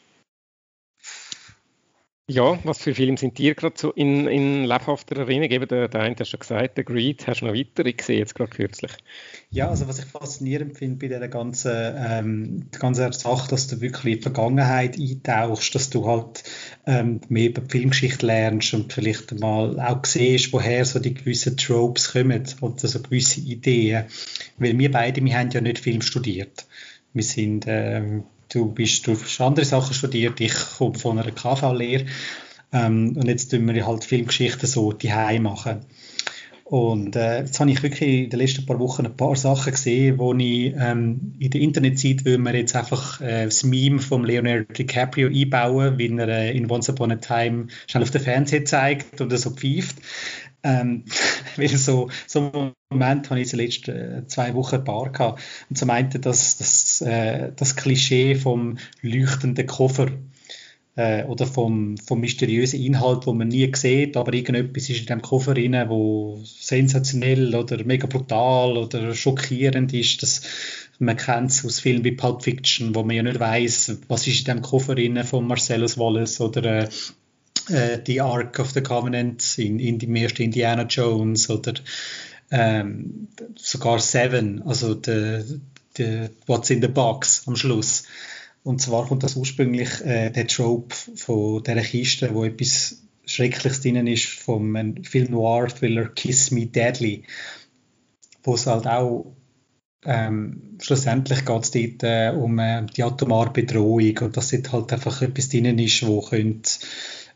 Ja, was für Filme sind dir gerade so in, in lebhafter Erinnerung? Eben der, der eine hast du schon gesagt, der Greed, hast du noch weiter? Ich sehe jetzt gerade kürzlich. Ja, also was ich faszinierend finde bei dieser ganzen, ähm, der ganzen Sache, dass du wirklich in die Vergangenheit eintauchst, dass du halt ähm, mehr über die Filmgeschichte lernst und vielleicht mal auch siehst, woher so die gewissen Tropes kommen oder so gewisse Ideen. Weil wir beide, wir haben ja nicht Film studiert. Wir sind... Ähm, Du bist, du hast andere Sachen studiert, ich komme von einer K V-Lehre ähm, und jetzt tun wir halt Filmgeschichten so daheim machen. Und äh, jetzt habe ich wirklich in den letzten paar Wochen ein paar Sachen gesehen, wo ich ähm, in der Internetzeit will man jetzt einfach äh, das Meme von Leonardo DiCaprio einbauen, wie er äh, in Once Upon a Time schnell auf den Fernseher zeigt und er so pfeift. Ähm, weil so, so einen Moment habe ich in den letzten zwei Wochen ein paar gehabt. Und zum einen das, das, äh, das Klischee vom leuchtenden Koffer äh, oder vom, vom mysteriösen Inhalt, wo man nie sieht, aber irgendetwas ist in dem Koffer drin, wo sensationell oder mega brutal oder schockierend ist. Das, man kennt es aus Filmen wie Pulp Fiction, wo man ja nicht weiss, was ist in dem Koffer drin von Marcellus Wallace oder äh, die Ark of the Covenant in, in dem ersten Indiana Jones oder ähm, sogar Seven, also the, the, What's in the Box am Schluss. Und zwar kommt das ursprünglich äh, der Trope von dieser Kiste, wo etwas Schreckliches drin ist vom Film Noir-Thriller Kiss Me Deadly, wo es halt auch Ähm, schlussendlich geht es dort äh, um äh, die atomare Bedrohung und dass dort halt einfach etwas drin ist, wo könnte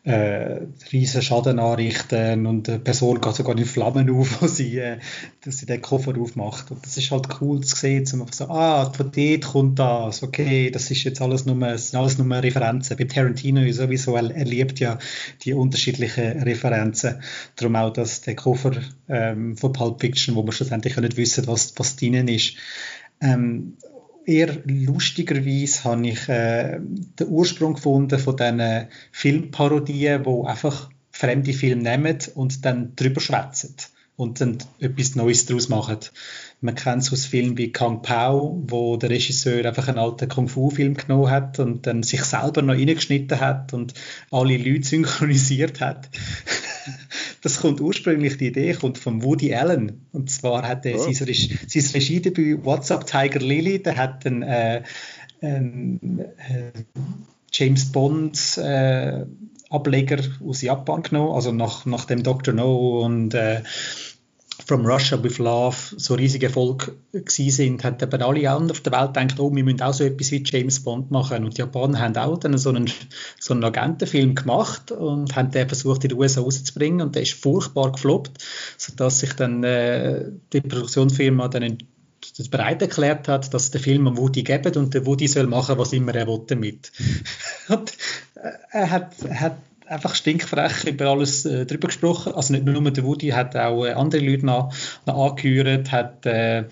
äh, riesen Schaden anrichten und eine Person geht sogar in Flammen auf, wo sie, äh, dass sie den Koffer aufmacht. Und das ist halt cool zu sehen, um einfach so, ah, von dort kommt das, okay, das ist jetzt alles nur, das sind alles nur Referenzen. Bei Tarantino ist sowieso, er, er liebt ja die unterschiedlichen Referenzen. Darum auch das, der Koffer ähm, von Pulp Fiction, wo wir schlussendlich nicht wissen, was, was drinnen ist. Ähm, eher lustigerweise habe ich äh, den Ursprung gefunden von diesen Filmparodien, die einfach fremde Filme nehmen und dann drüber schwätzen und dann etwas Neues daraus machen. Man kennt es aus Filmen wie Kung Pao, wo der Regisseur einfach einen alten Kung-Fu-Film genommen hat und dann sich selber noch reingeschnitten hat und alle Leute synchronisiert hat. Das kommt ursprünglich, die Idee kommt von Woody Allen. Und zwar hat er oh. sein, Reg- sein Regiedebüt What's Up Tiger Lily, der hat einen äh, ähm, äh, James Bond äh, Ableger aus Japan genommen, also nach, nach dem Doktor No und äh, From Russia with Love so riesige Erfolg gewesen sind, hat eben alle anderen auf der Welt gedacht, oh, wir müssen auch so etwas wie James Bond machen. Und die Japaner haben auch dann so einen, so einen Agentenfilm gemacht und haben den versucht in die U S A rauszubringen und der ist furchtbar gefloppt, sodass sich dann äh, die Produktionsfirma dann bereit erklärt hat, dass der Film an Woody geben und der Woody soll machen, was immer er will damit. Und äh, er hat, er hat einfach stinkfrech über alles äh, drüber gesprochen. Also nicht nur der Woody, hat auch äh, andere Leute noch, noch angehört, hat äh,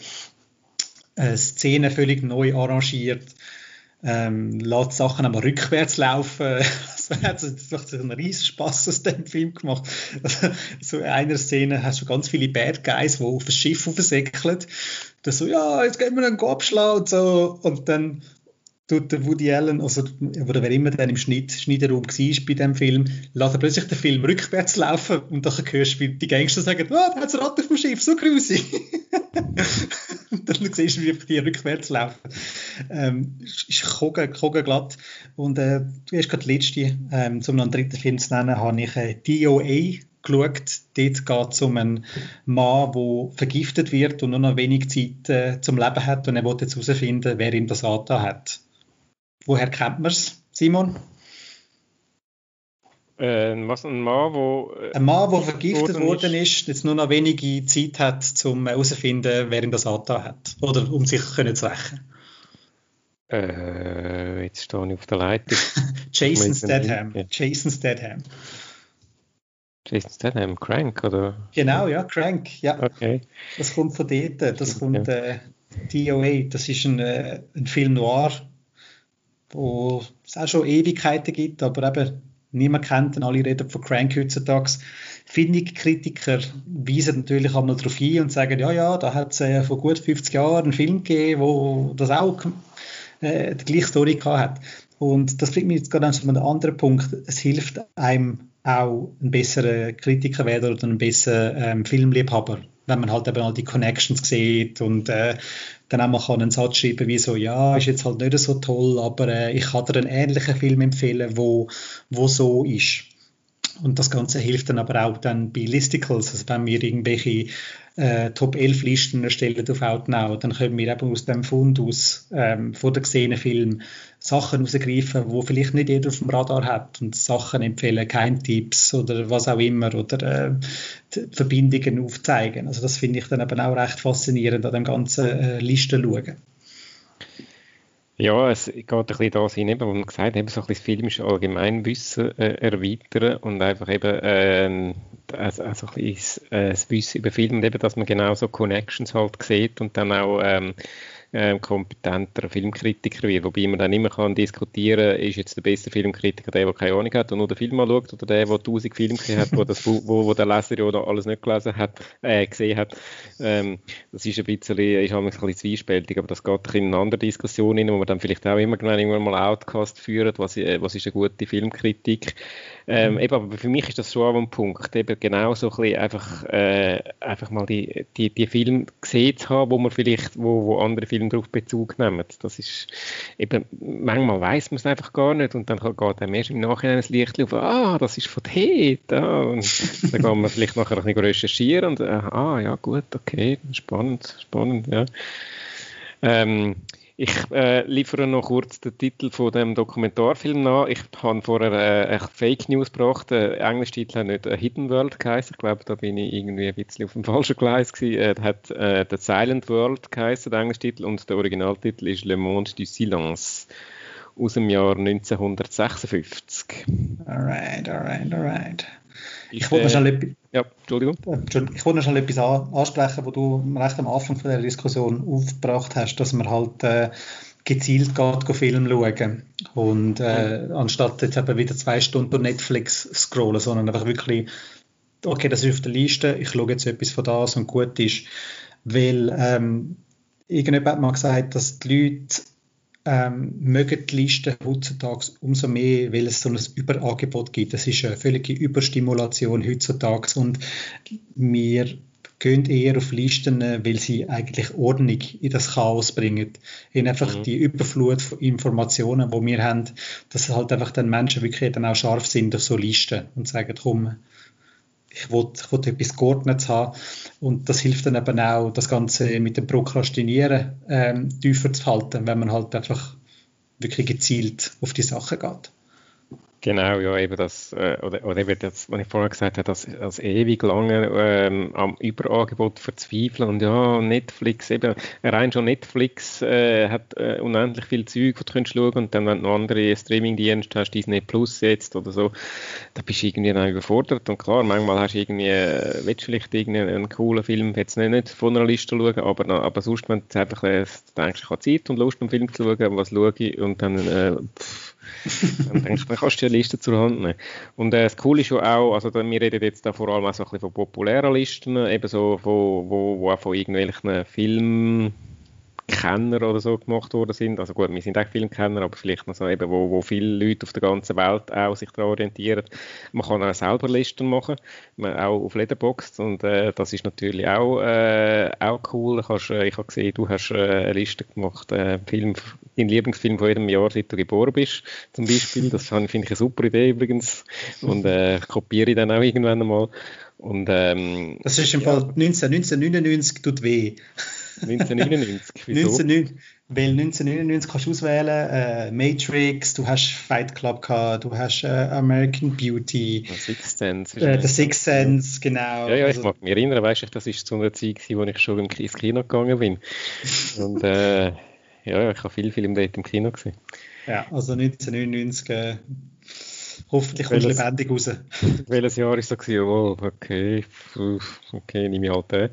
äh, Szenen völlig neu arrangiert, ähm, lässt Sachen einmal rückwärts laufen. Also hat sich einen riesen Spass aus dem Film gemacht. Also, so in einer Szene hast du ganz viele Bad Guys, die auf das Schiff aufsäckeln. Dann so, ja, jetzt gehen wir einen abschlagen und so. Und dann tut der Woody Allen, also, oder wer immer dann im Schnitt, Schneiderraum war bei diesem Film, lässt er plötzlich den Film rückwärts laufen und dann hörst du, wie die Gangster sagen, ah, oh, da hat es Ratten vom Schiff, so grusig. Und dann siehst du, wie die rückwärts laufen. Ähm, ist kogenglatt. Und äh, du hast gerade die letzte, ähm, um noch einen dritten Film zu nennen, habe ich äh, D O A geschaut. Dort geht es um einen Mann, der vergiftet wird und nur noch wenig Zeit äh, zum Leben hat und er will jetzt herausfinden, wer ihm das angetan hat. Woher kennt man es, Simon? Äh, was, ein Mann, wo, äh, ein Mann, der vergiftet worden, worden ist, jetzt nur noch wenige Zeit hat, um herauszufinden, wer ihm das angetan hat. Oder um sich können zu rächen. Äh, jetzt stehe ich auf der Leitung. Jason Statham. Ja. Jason Statham. Jason Statham, Crank, oder? Genau, ja, Crank, ja. Okay. Das kommt von dort, das kommt äh, D O A, das ist ein, äh, ein Film noir, wo es auch schon Ewigkeiten gibt, aber eben niemand kennt ihn, alle reden von Crank heutzutage. Viele Kritiker weisen natürlich einmal darauf hin und sagen, ja, ja, da hat es äh, vor gut fünfzig Jahren einen Film gegeben, wo das auch äh, die gleiche Story gehabt hat. Und das bringt mich jetzt gerade an einen anderen Punkt. Es hilft einem auch ein besserer Kritiker werden oder ein besserer ähm, Filmliebhaber, wenn man halt eben all die Connections sieht und äh, dann auch mal kann einen Satz schreiben wie so, ja, ist jetzt halt nicht so toll, aber äh, ich kann dir einen ähnlichen Film empfehlen, wo, wo so ist. Und das Ganze hilft dann aber auch dann bei Listicles, also wenn wir irgendwelche äh, Top elf Listen erstellen auf Outnow, dann können wir eben aus dem Fund aus ähm, von den gesehenen Filmen Sachen rausgreifen, die vielleicht nicht jeder auf dem Radar hat und Sachen empfehlen, Keimtipps oder was auch immer oder äh, Verbindungen aufzeigen. Also das finde ich dann eben auch recht faszinierend an dem ganzen äh, Listen schauen. Ja, es geht ein bisschen da hin, eben, wo man gesagt hat, so ein bisschen das filmische Allgemeinwissen äh, erweitern und einfach eben äh, also, also ein bisschen äh, das Wissen über Film und eben, dass man genau so Connections halt sieht und dann auch ähm, äh, kompetenter Filmkritiker wird, wobei man dann immer kann diskutieren, ist jetzt der beste Filmkritiker der, der keine Ahnung hat und nur den Film anschaut oder der, der tausend Filme gesehen hat, wo, das, wo, wo der Leser ja oder alles nicht gelesen hat, äh, gesehen hat. Ähm, das ist ein bisschen, ist ein bisschen zwiespältig, aber das geht in eine andere Diskussion rein, wo man dann vielleicht auch immer irgendwann mal Outcast führen, was, was ist eine gute Filmkritik. Ähm, eben, aber für mich ist das schon auch ein Punkt, eben genau so ein bisschen einfach, äh, einfach mal die, die, die Filme gesehen zu haben, wo man vielleicht, wo, wo andere Filme darauf Bezug nehmen. Das ist eben, manchmal weiss man es einfach gar nicht und dann geht einem erst im Nachhinein das Licht auf, ah, das ist von dort. Ah. Und dann kann man vielleicht nachher ein bisschen recherchieren und, ah, ja gut, okay, spannend, spannend, ja. Ähm, Ich äh, liefere noch kurz den Titel von dem Dokumentarfilm nach. Ich habe vorher äh, Fake News gebracht. Der englische Titel hat nicht Hidden World geheißen. Ich glaube, da bin ich irgendwie ein bisschen auf dem falschen Gleis gewesen. Er hat äh, The Silent World geheißen, der englische Titel, und der Originaltitel ist Le Monde du Silence aus dem Jahr neunzehnhundertsechsundfünfzig. Alright, alright, alright. Ich, ich wollte noch äh, schnell etwas, ja, Entschuldigung. Entschuldigung, ich wollte noch schnell etwas an, ansprechen, wo du recht am Anfang von der Diskussion aufgebracht hast, dass man halt äh, gezielt geht, go Film schauen und äh, mhm. anstatt jetzt eben wieder zwei Stunden durch Netflix scrollen, sondern einfach wirklich, okay, das ist auf der Liste, ich schaue jetzt etwas von das und gut ist, weil ähm, irgendjemand hat mal gesagt, dass die Leute Ähm, mögen die Listen heutzutage umso mehr, weil es so ein Überangebot gibt. Das ist eine völlige Überstimulation heutzutage und wir gehen eher auf Listen, weil sie eigentlich Ordnung in das Chaos bringen. In einfach mhm. die Überflut von Informationen, die wir haben, dass halt einfach den Menschen wirklich dann auch scharf sind auf so Listen und sagen, komm, ich will, ich will etwas Geordnetes haben. Und das hilft dann eben auch, das Ganze mit dem Prokrastinieren ähm, tiefer zu halten, wenn man halt einfach wirklich gezielt auf die Sache geht. Genau, ja, eben das, äh, oder, oder eben das, was ich vorher gesagt habe, das, das ewig lange ähm, am Überangebot verzweifeln und ja, Netflix, eben, rein schon Netflix äh, hat äh, unendlich viel Zeug, das du kannst schauen und dann, wenn du noch andere Streaming-Dienste hast, Disney Plus jetzt oder so, da bist du irgendwie dann überfordert und klar, manchmal hast du irgendwie, äh, willst du vielleicht irgendeinen coolen Film, jetzt nicht, nicht von einer Liste schauen, aber, aber sonst, wenn du einfach äh, denkst, ich habe Zeit und Lust, einen Film zu schauen, was schaue ich und dann, äh, pff, dann denkst du, dann kannst du die Liste zur Hand nehmen. Und äh, das Coole ist ja auch, also da, wir reden jetzt da vor allem auch so ein bisschen von populären Listen, eben so, von, wo, wo auch von irgendwelchen Filmkenner oder so gemacht worden sind. Also gut, wir sind auch Filmkenner, aber vielleicht noch so eben, wo, wo viele Leute auf der ganzen Welt auch sich daran orientieren. Man kann auch selber Listen machen, auch auf Letterboxd und äh, das ist natürlich auch, äh, auch cool. Kannst, äh, ich habe gesehen, du hast äh, eine Liste gemacht, äh, Film, dein Lieblingsfilm von jedem Jahr, seit du geboren bist, zum Beispiel. Das finde ich eine super Idee übrigens und äh, kopiere ich dann auch irgendwann einmal. Und, ähm, das ist im ja. Fall neunzehn, neunzehnhundertneunundneunzig tut weh. neunzehnhundertneunundneunzig, wieso? neunzehnhundertneunundneunzig, weil neunzehnhundertneunundneunzig kannst du auswählen, äh, Matrix, du hast Fight Club gehabt, du hast äh, American Beauty, The Sixth Sense. Äh, The Sixth Sense, genau. Ja, ja, ich also, mag mich erinnern, weißt du, das war zu einer Zeit, wo ich schon ins Kino gegangen bin. Und äh, ja, ich habe viele Filme dort im Kino gesehen. Ja, also neunzehnhundertneunundneunzig, äh, hoffentlich kommst du lebendig raus. Welches Jahr war es so? Oh, okay, okay, nehme ich halt den.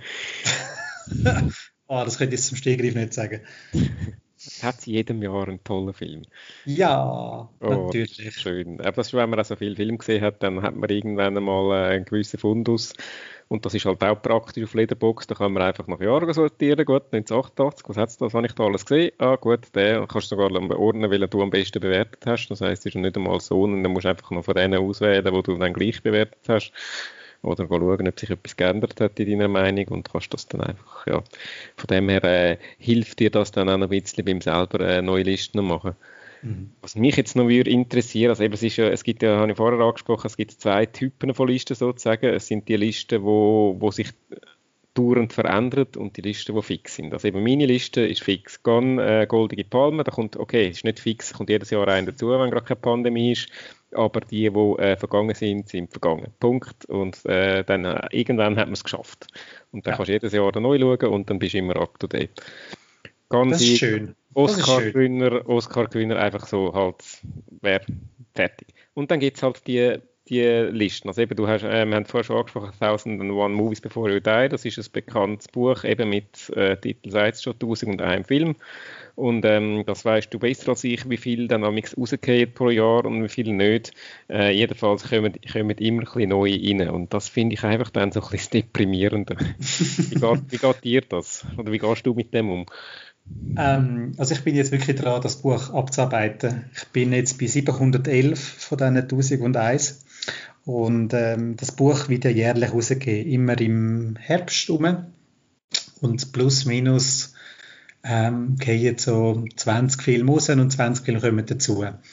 Ah, das könnte ich jetzt zum Stegreif nicht sagen. Hat sie jedem Jahr einen tollen Film? Ja, oh, natürlich. Schön. Aber das ist, wenn man auch so viele Filme gesehen hat, dann hat man irgendwann einmal einen gewissen Fundus. Und das ist halt auch praktisch auf Letterboxd. Da kann man einfach nach Jahren sortieren. Gut, neunzehnhundertachtachtzig, was hat es da? Was habe ich da alles gesehen? Ah, gut, den kannst du sogar beordnen, welchen du am besten bewertet hast. Das heisst, es ist nicht einmal so. Und dann musst du einfach noch von denen auswählen, die du dann gleich bewertet hast. Oder schauen, ob sich etwas geändert hat in deiner Meinung und kannst das dann einfach, ja. Von dem her äh, hilft dir das dann auch noch ein bisschen beim selber äh, neue Listen machen. Mhm. Was mich jetzt noch würde interessieren, also eben, es, ist ja, es gibt ja, habe ich vorher angesprochen, es gibt zwei Typen von Listen sozusagen. Es sind die Listen, wo, wo sich dauernd verändert und die Listen, die fix sind. Also eben meine Liste ist fix. Gone, äh, Goldige Palme, da kommt, okay, ist nicht fix, kommt jedes Jahr ein dazu, wenn gerade keine Pandemie ist, aber die, die äh, vergangen sind, sind vergangen. Punkt. Und äh, dann äh, irgendwann hat man es geschafft. Und dann ja. kannst du jedes Jahr neu schauen und dann bist du immer up to date. Ganz das ist schön. Oscar-Gewinner, Oscar-Gewinner einfach so halt, wäre fertig. Und dann gibt es halt die die Listen. Also eben, du hast, äh, wir haben vorher schon angesprochen, Thousand and One Movies Before You Die, das ist ein bekanntes Buch, eben mit äh, Titel sagt es schon, tausend und einem Film. Und ähm, das weißt du besser als ich, wie viel dann rausgehen pro Jahr und wie viel nicht. Äh, jedenfalls kommen, kommen immer ein bisschen neue rein. Und das finde ich einfach dann so ein bisschen deprimierender. wie, geht, wie geht dir das? Oder wie gehst du mit dem um? Ähm, also ich bin jetzt wirklich dran, das Buch abzuarbeiten. Ich bin jetzt bei siebenhundertelf von diesen tausendundeins. Und ähm, das Buch wird ja jährlich rausgegeben, immer im Herbst rum. Und plus minus ähm, gehen so zwanzig Filme raus und zwanzig Filme kommen dazu.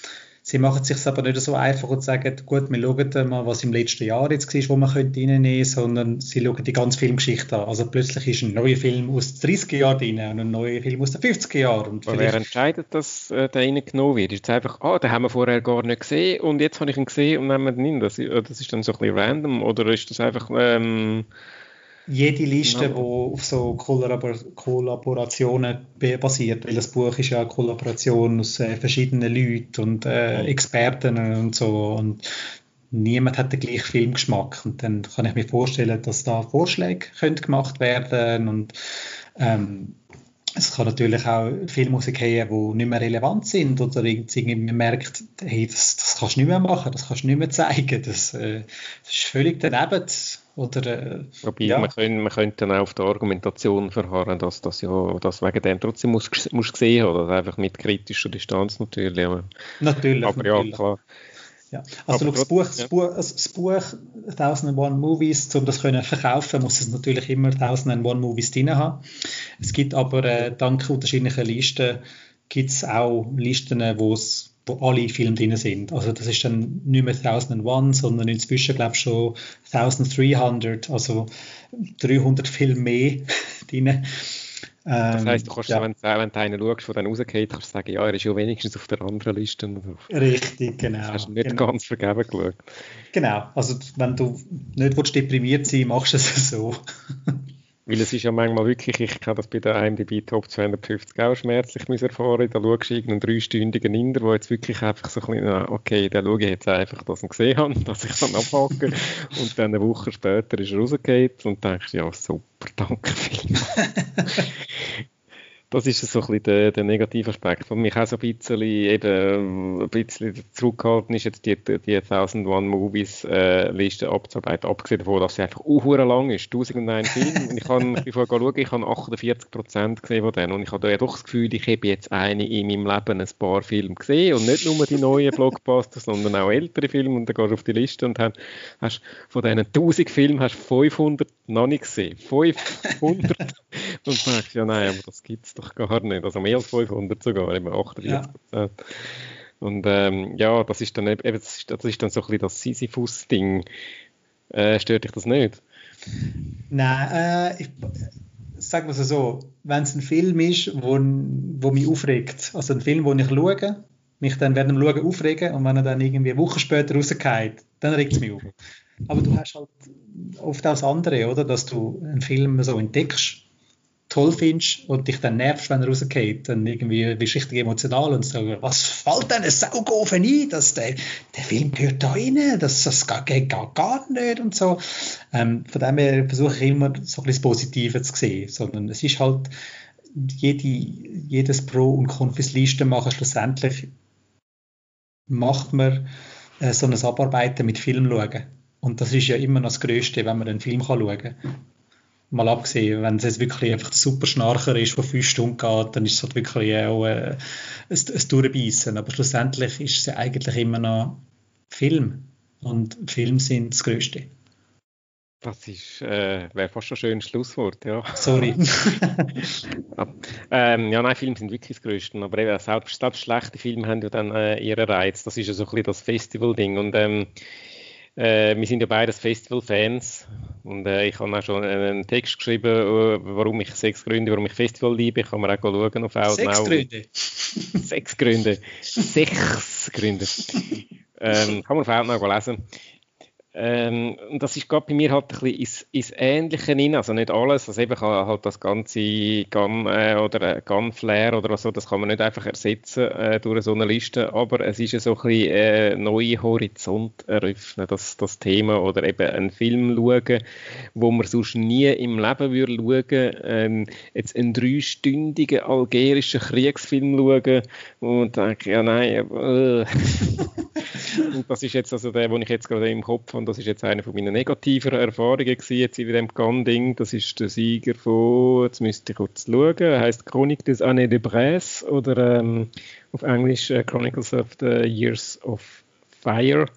sie machen es sich aber nicht so einfach und sagen, gut, wir schauen mal, was im letzten Jahr jetzt war, wo man könnte reinnehmen, sondern sie schauen die ganze Filmgeschichte an. Also plötzlich ist ein neuer Film aus den dreißiger Jahren drin und ein neuer Film aus den fünfziger Jahren. Und wer entscheidet, dass äh, der reingenommen wird? Ist es einfach, ah, den haben wir vorher gar nicht gesehen und jetzt habe ich ihn gesehen und nehmen wir ihn in. Das, das ist dann so ein bisschen random oder ist das einfach... Ähm, Jede Liste, die auf so Kollabor- Kollaborationen basiert, weil das Buch ist ja eine Kollaboration aus äh, verschiedenen Leuten und äh, Experten und so und niemand hat den gleichen Filmgeschmack und dann kann ich mir vorstellen, dass da Vorschläge können gemacht werden und ähm, es kann natürlich auch Filmmusik haben, die nicht mehr relevant sind oder irgendwie man merkt, hey, das, das kannst du nicht mehr machen, das kannst du nicht mehr zeigen, das, äh, das ist völlig daneben. Oder, äh, Wobei, ja. man, können, man könnte dann auch auf der Argumentation verharren, dass das ja dass wegen dem trotzdem muss, muss gesehen haben, oder einfach mit kritischer Distanz natürlich. Aber, natürlich, aber natürlich. ja, klar. Ja. Also aber das, Buch, das, ja. Buch, also das Buch tausend und eins Movies, um das können verkaufen, muss es natürlich immer tausend und eins Movies drin haben. Es gibt aber äh, dank unterschiedlicher Listen gibt es auch Listen, wo es wo alle Filme drin sind. Also das ist dann nicht mehr tausend und eins, sondern inzwischen glaube ich schon dreizehnhundert, also dreihundert Filme mehr drin. Das Ähm, heisst, du kannst, ja. wenn, wenn du einen schaust, der dann rausgeht, kannst du sagen, ja, er ist ja wenigstens auf der anderen Liste. Richtig, genau. Das hast du nicht genau. ganz vergeben geschaut. Genau, also wenn du nicht willst, deprimiert sein willst, machst du es so. Weil es ist ja manchmal wirklich, ich kann das bei der I M D B Top zweihundertfünfzig auch schmerzlich müssen erfahren, da schaust du irgendeinen dreistündigen Inder, der jetzt wirklich einfach so ein bisschen, na, okay, dann schaue ich jetzt einfach, dass ich ihn gesehen habe, dass ich dann abhake und dann eine Woche später ist er rausgegangen und denkst, ja super, danke vielmals. Das ist so ein bisschen der, der negative Aspekt, was mich auch so ein bisschen, eben, ein bisschen zurückgehalten ist, jetzt die, die tausend und eins Movies äh, Liste abzuarbeiten, abgesehen davon, dass sie einfach uh, lang ist, tausend und eins Film. Und ich habe, ich vorher schauen, ich habe achtundvierzig Prozent gesehen von denen und ich habe ja doch das Gefühl, ich habe jetzt eine in meinem Leben ein paar Filme gesehen und nicht nur die neuen Blockbuster, sondern auch ältere Filme und dann gehst du auf die Liste und hast, hast von diesen tausend Filmen hast fünfhundert noch nicht gesehen. fünfhundert und denkst, ja nein, aber das gibt es doch gar nicht. Also mehr als fünfhundert sogar, eben achtundvierzig Prozent. Ja. Und ähm, ja, das ist dann eben, das ist, das ist dann so ein bisschen das Sisyphus-Ding. Äh, stört dich das nicht? Nein, äh, ich sage es so, wenn es ein Film ist, wo, wo mich aufregt, also ein Film, den ich schaue, mich dann während dem Schauen aufregen und wenn er dann irgendwie eine Woche später rausgeht, dann regt es mich auf. Aber du hast halt oft auch das andere, oder? Dass du einen Film so entdeckst, toll findest und dich dann nervst, wenn er rausgeht. Dann irgendwie bist du richtig emotional und sagst, was fällt denn ein Saugofen ein? Dass der, der Film gehört da rein, das, das geht gar, gar nicht und so. Ähm, von dem her versuche ich immer so ein bisschen das Positive zu sehen, sondern es ist halt jede, jedes Pro und Kontras Liste machen schlussendlich macht man äh, so ein Abarbeiten mit Film schauen. Und das ist ja immer noch das Größte, wenn man einen Film kann schauen kann. Mal abgesehen, wenn es jetzt wirklich einfach der super Schnarcher ist, der fünf Stunden geht, dann ist es halt wirklich auch äh, ein, ein Durchbeissen. Aber schlussendlich ist es ja eigentlich immer noch Film. Und Filme sind das Größte. Das ist, äh, wäre fast schon ein schönes Schlusswort, ja. Sorry. ja, ähm, ja, nein, Filme sind wirklich das Größte. Aber eben, selbst, selbst schlechte Filme haben ja dann äh, ihren Reiz. Das ist ja so ein bisschen das Festival-Ding. Und ähm, Äh, wir sind ja beide Festival-Fans und äh, ich habe auch schon einen Text geschrieben, uh, warum ich sechs Gründe, warum ich Festival liebe. Ich kann mir auch schauen auf Outnow. Sechs Gründe? Sechs Gründe. Sechs Gründe. ähm, kann man auf Outnow lesen. Ähm, und das ist gerade bei mir halt ein bisschen ins, ins Ähnliche rein, also nicht alles, also eben kann halt das ganze Gun äh, oder Gun-Flair oder so, das kann man nicht einfach ersetzen äh, durch so eine Liste, aber es ist ja so ein bisschen äh, neue Horizont eröffnen, das, das Thema, oder eben einen Film schauen, wo man sonst nie im Leben würde schauen, ähm, jetzt einen dreistündigen algerischen Kriegsfilm schauen und denke, ja nein, äh, und das ist jetzt also der, den ich jetzt gerade im Kopf habe, das ist jetzt eine von meinen negativen Erfahrungen gewesen, jetzt in dem Gun-Ding. Das ist der Sieger von, jetzt müsste ich kurz schauen, er heisst Chronique des Années de Bresse oder ähm, auf Englisch äh, Chronicles of the Years of Fire.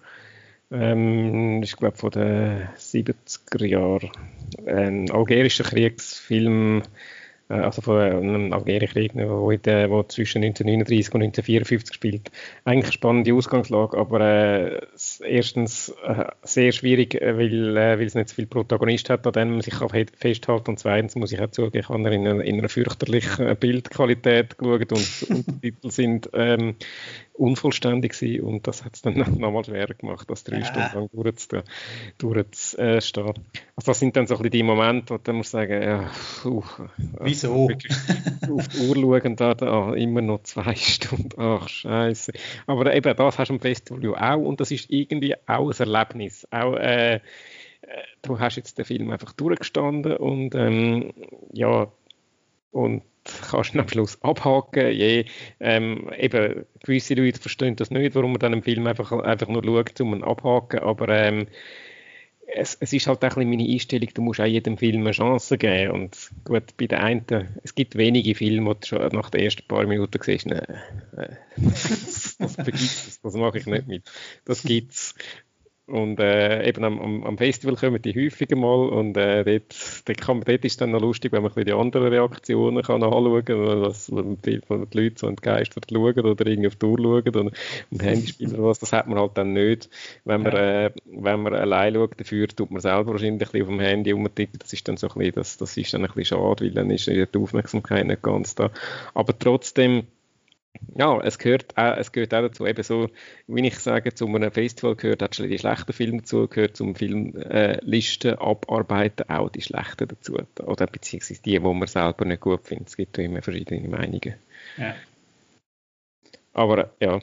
Ähm, ich glaube von den siebziger Jahren. Ein algerischer Kriegsfilm, also von einem Algerienkrieg, wo, in der, wo zwischen neunzehnhundertneununddreißig und neunzehnhundertvierundfünfzig spielt. Eigentlich eine spannende Ausgangslage, aber äh, erstens äh, sehr schwierig, weil, äh, weil es nicht so viele Protagonisten hat, an denen man sich festhalten kann. Und zweitens muss ich auch zugeben, ich habe in einer, in einer fürchterlichen Bildqualität geschaut und die Untertitel sind ähm, unvollständig gewesen und das hat es dann nochmal schwerer gemacht, das drei ja. Stunden lang durchzustehen. durchzustehen. Also das sind dann so ein bisschen die Momente, wo du musst sagen, ja, puh, wieso? Auf die Uhr schauen, da, da immer noch zwei Stunden, ach Scheiße. Aber eben, das hast du am Festival ja auch und das ist irgendwie auch ein Erlebnis. Auch, äh, du hast jetzt den Film einfach durchgestanden und ähm, ja, und kannst du am Schluss abhaken. Je, ähm, eben, gewisse Leute verstehen das nicht, warum man dann im Film einfach, einfach nur schaut, um ihn abhaken, aber ähm, es, es ist halt auch ein bisschen meine Einstellung, du musst auch jedem Film eine Chance geben und gut, bei den einen, es gibt wenige Filme, wo du schon nach den ersten paar Minuten siehst, nein, äh, das, das, das, das mache ich nicht mit, das gibt's. Und äh, eben am, am, am Festival kommen die häufiger mal und äh, dort, dort, kann man, dort ist es dann noch lustig, wenn man ein bisschen die anderen Reaktionen kann anschauen kann, was wenn die, wenn die Leute so entgeistert schauen oder irgendwie auf die Uhr schauen oder am Handy spielen oder was, das hat man halt dann nicht, wenn man, äh, wenn man allein schaut, dafür tut man selber wahrscheinlich ein bisschen auf dem Handy rumtippen, das ist dann so ein bisschen, das, das ist dann ein bisschen schade, weil dann ist die Aufmerksamkeit nicht ganz da, aber trotzdem ja, es gehört, auch, es gehört auch dazu, eben so, wie ich sage, zu einem Festival gehört auch die schlechten Filme dazu, gehört zum Filmlisten äh, abarbeiten auch die schlechten dazu. Oder beziehungsweise die, die man selber nicht gut findet. Es gibt ja immer verschiedene Meinungen. Ja. Aber ja.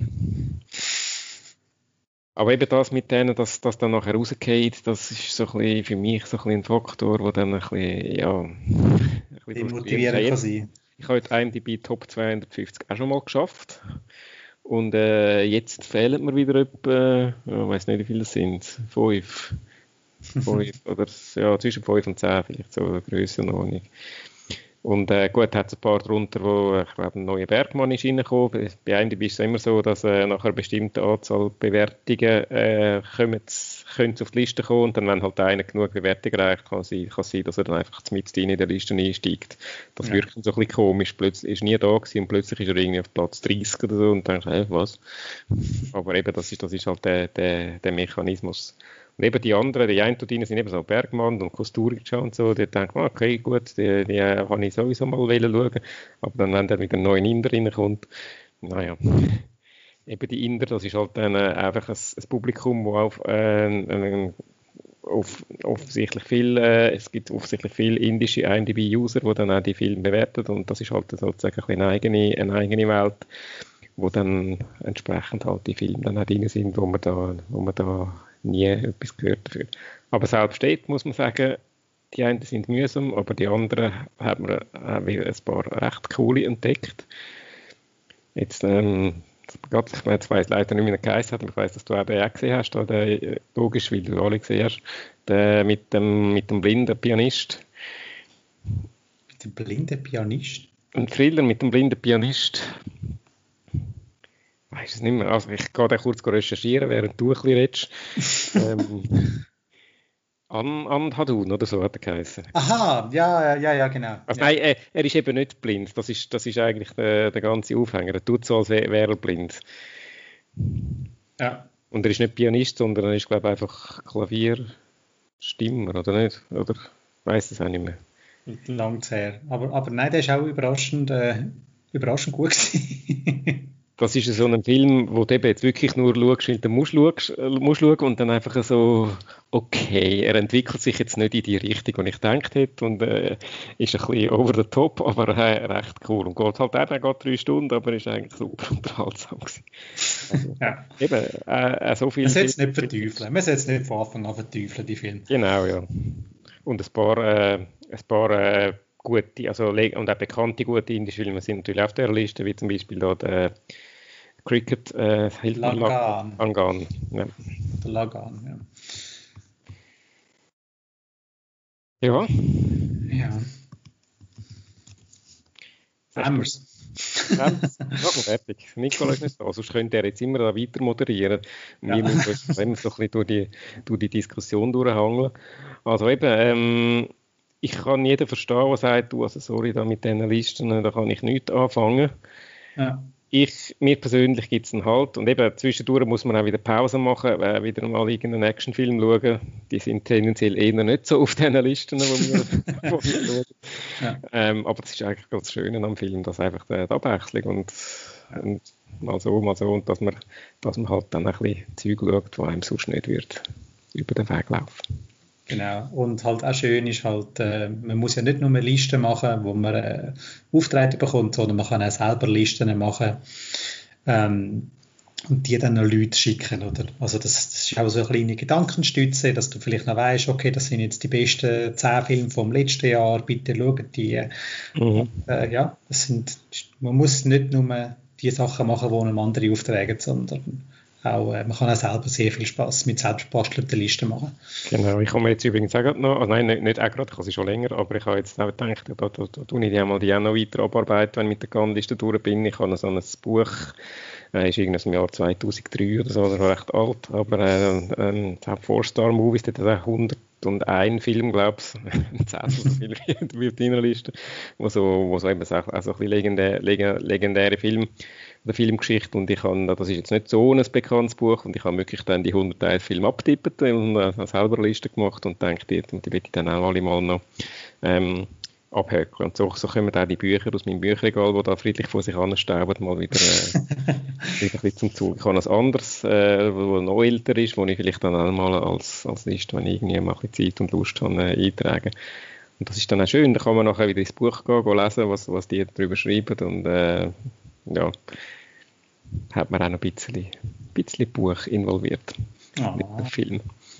Aber eben das mit denen, dass das dann nachher rausgeht, das ist so ein bisschen für mich so ein, bisschen ein Faktor, der dann ein bisschen, ja, ein bisschen motivierend kann sein. Ich habe I M D B Top zweihundertfünfzig auch schon mal geschafft. Und äh, jetzt fehlen mir wieder etwa, ich weiß nicht, wie viele das sind, fünf. fünf oder ja, zwischen fünf und zehn vielleicht, so eine Grössenordnung. Und äh, gut, hat es ein paar drunter, wo ich glaube, ein neuer Bergmann ist reingekommen. Bei I M D B ist es immer so, dass äh, nach einer bestimmten Anzahl Bewertungen äh, kommen, können sie auf die Liste kommen und dann, wenn halt einer genug Bewertungen erreicht, kann es sein, kann sein, dass er dann einfach mit in der Liste einsteigt. Das ja. wirkt so ein bisschen komisch. Plötzlich ist nie da gewesen und plötzlich ist er irgendwie auf Platz dreißig oder so und dann denkst du, hey, was? Aber eben, das ist, das ist halt der, der, der Mechanismus. Und eben die anderen, die einen sind eben so Bergmann und Kusturica und so, die denken, okay, gut, die, die äh, habe ich sowieso mal schauen. Aber dann, wenn der mit einem neuen Inder reinkommt, naja, eben die Inder, das ist halt dann äh, einfach ein, ein Publikum, das auf, äh, äh, auf offensichtlich viel, äh, es gibt offensichtlich viele indische I M D B-User, die dann auch die Filme bewerten und das ist halt sozusagen eine eigene, eine eigene Welt, wo dann entsprechend halt die Filme dann auch drin sind, wo man da, wo man da nie etwas gehört dafür. Aber selbst dort muss man sagen, die einen sind mühsam, aber die anderen haben wir ein paar recht coole entdeckt. Jetzt, ähm, ich jetzt weiss leider nicht, wie er geheißen hat, aber ich weiss, dass du auch den auch gesehen hast, den, logisch, weil du alle gesehen hast, den mit dem, mit dem blinden Pianist. Mit dem blinden Pianist? Ein Thriller mit dem blinden Pianist. Ich weiß es nicht mehr. Also ich gehe da kurz recherchieren, während du ein bisschen redest. ähm, An, An Hadun oder so hat er geheißen. Aha, ja, ja, ja, genau. Also ja. Nein, er, er ist eben nicht blind. Das ist, das ist eigentlich der, der ganze Aufhänger. Er tut so, als wäre er blind. Ja. Und er ist nicht Pianist, sondern er ist, glaube ich, einfach Klavierstimmer, oder nicht? Oder ich weiß es auch nicht mehr. Langt her. Aber, aber nein, der ist auch überraschend, äh, überraschend gut gewesen. Das ist so ein Film, wo du eben jetzt wirklich nur schaust, weil du musst, schaust, musst schauen und dann einfach so, okay, er entwickelt sich jetzt nicht in die Richtung, die ich gedacht hätte und äh, ist ein bisschen over the top, aber äh, recht cool. Und geht halt auch, geht drei Stunden, aber ist eigentlich super unterhaltsam gewesen. Also, ja. Eben, äh, äh, so viel... Man sollte es nicht verteufeln, man sollte es nicht von Anfang an verteufeln, die Filme. Genau, ja. Und ein paar, äh, ein paar äh, gute, also und auch bekannte gute indische Filme sind natürlich auf der Liste, wie zum Beispiel da der Cricket äh, Lagan. Lagan. Ja. Der Lagan, ja. Ja. Ja. Haben wir's. Ja, fertig. Nicola ist nicht da, sonst könnte er jetzt immer da weiter moderieren. Und ja. Wir müssen uns immer so ein bisschen durch die, durch die Diskussion durchhangeln. Also eben, ähm, ich kann jeden verstehen, der sagt, du, also sorry, da mit diesen Listen, da kann ich nichts anfangen. Ja. Ich, mir persönlich gibt es einen Halt. Und eben zwischendurch muss man auch wieder Pause machen, äh, wieder mal irgendeinen Actionfilm schauen. Die sind tendenziell eher nicht so auf diesen Listen, die wir, wo wir schauen. Ja. Ähm, aber das ist eigentlich ganz schön am Film, dass einfach die, die Abwechslung und, ja. und mal so, mal so. Und dass man, dass man halt dann ein bisschen Zeug schaut, wo einem sonst nicht wird über den Weg laufen. Genau, und halt auch schön ist halt, äh, man muss ja nicht nur eine Liste machen, wo man äh, Aufträge bekommt, sondern man kann auch selber Listen machen ähm, und die dann an Leute schicken, oder? Also das, das ist auch so eine kleine Gedankenstütze, dass du vielleicht noch weißt, okay, das sind jetzt die besten zehn Filme vom letzten Jahr, bitte schaut die. Mhm. Äh, ja, das sind, man muss nicht nur die Sachen machen, die einem andere auftragen, sondern auch, äh, man kann auch selber sehr viel Spaß mit selbstbastelten Listen machen. Genau, ich habe mir jetzt übrigens auch gerade noch, also nein, nicht, nicht auch gerade, ich habe sie schon länger, aber ich habe jetzt auch gedacht, da, da, da, da tue ich die einmal die auch noch weiter abarbeiten, wenn ich mit der Ganliste durch bin. Ich habe so ein Buch, äh, ist irgendwie aus dem Jahr zweitausenddrei oder so, oder recht alt, aber äh, äh, das Four-Star-Movies, das ist auch hunderteins Film, glaube ich, zehn so viele wird in der Liste, wo so, wo so eben auch, auch so ein bisschen legendär, legendäre Filme der Filmgeschichte, und ich habe, das ist jetzt nicht so ein bekanntes Buch, und ich habe wirklich dann die hunderteins Filme abgetippt und äh, selber eine Liste gemacht und denke, die, die will ich dann auch alle mal noch ähm, abhökeln. Und so, so kommen auch die Bücher aus meinem Bücherregal, die da friedlich vor sich anstauben, mal wieder, äh, wieder ein bisschen zum Zug. Ich habe ein anderes, äh, wo noch älter ist, wo ich vielleicht dann auch mal als, als Liste, wenn ich irgendwie mal ein bisschen Zeit und Lust habe, äh, eintragen. Und das ist dann auch schön, da kann man nachher wieder ins Buch gehen, gehen lesen, was, was die darüber schreiben, und äh, ja, hat man auch noch ein bisschen, ein bisschen Buch involviert oh. mit dem Film.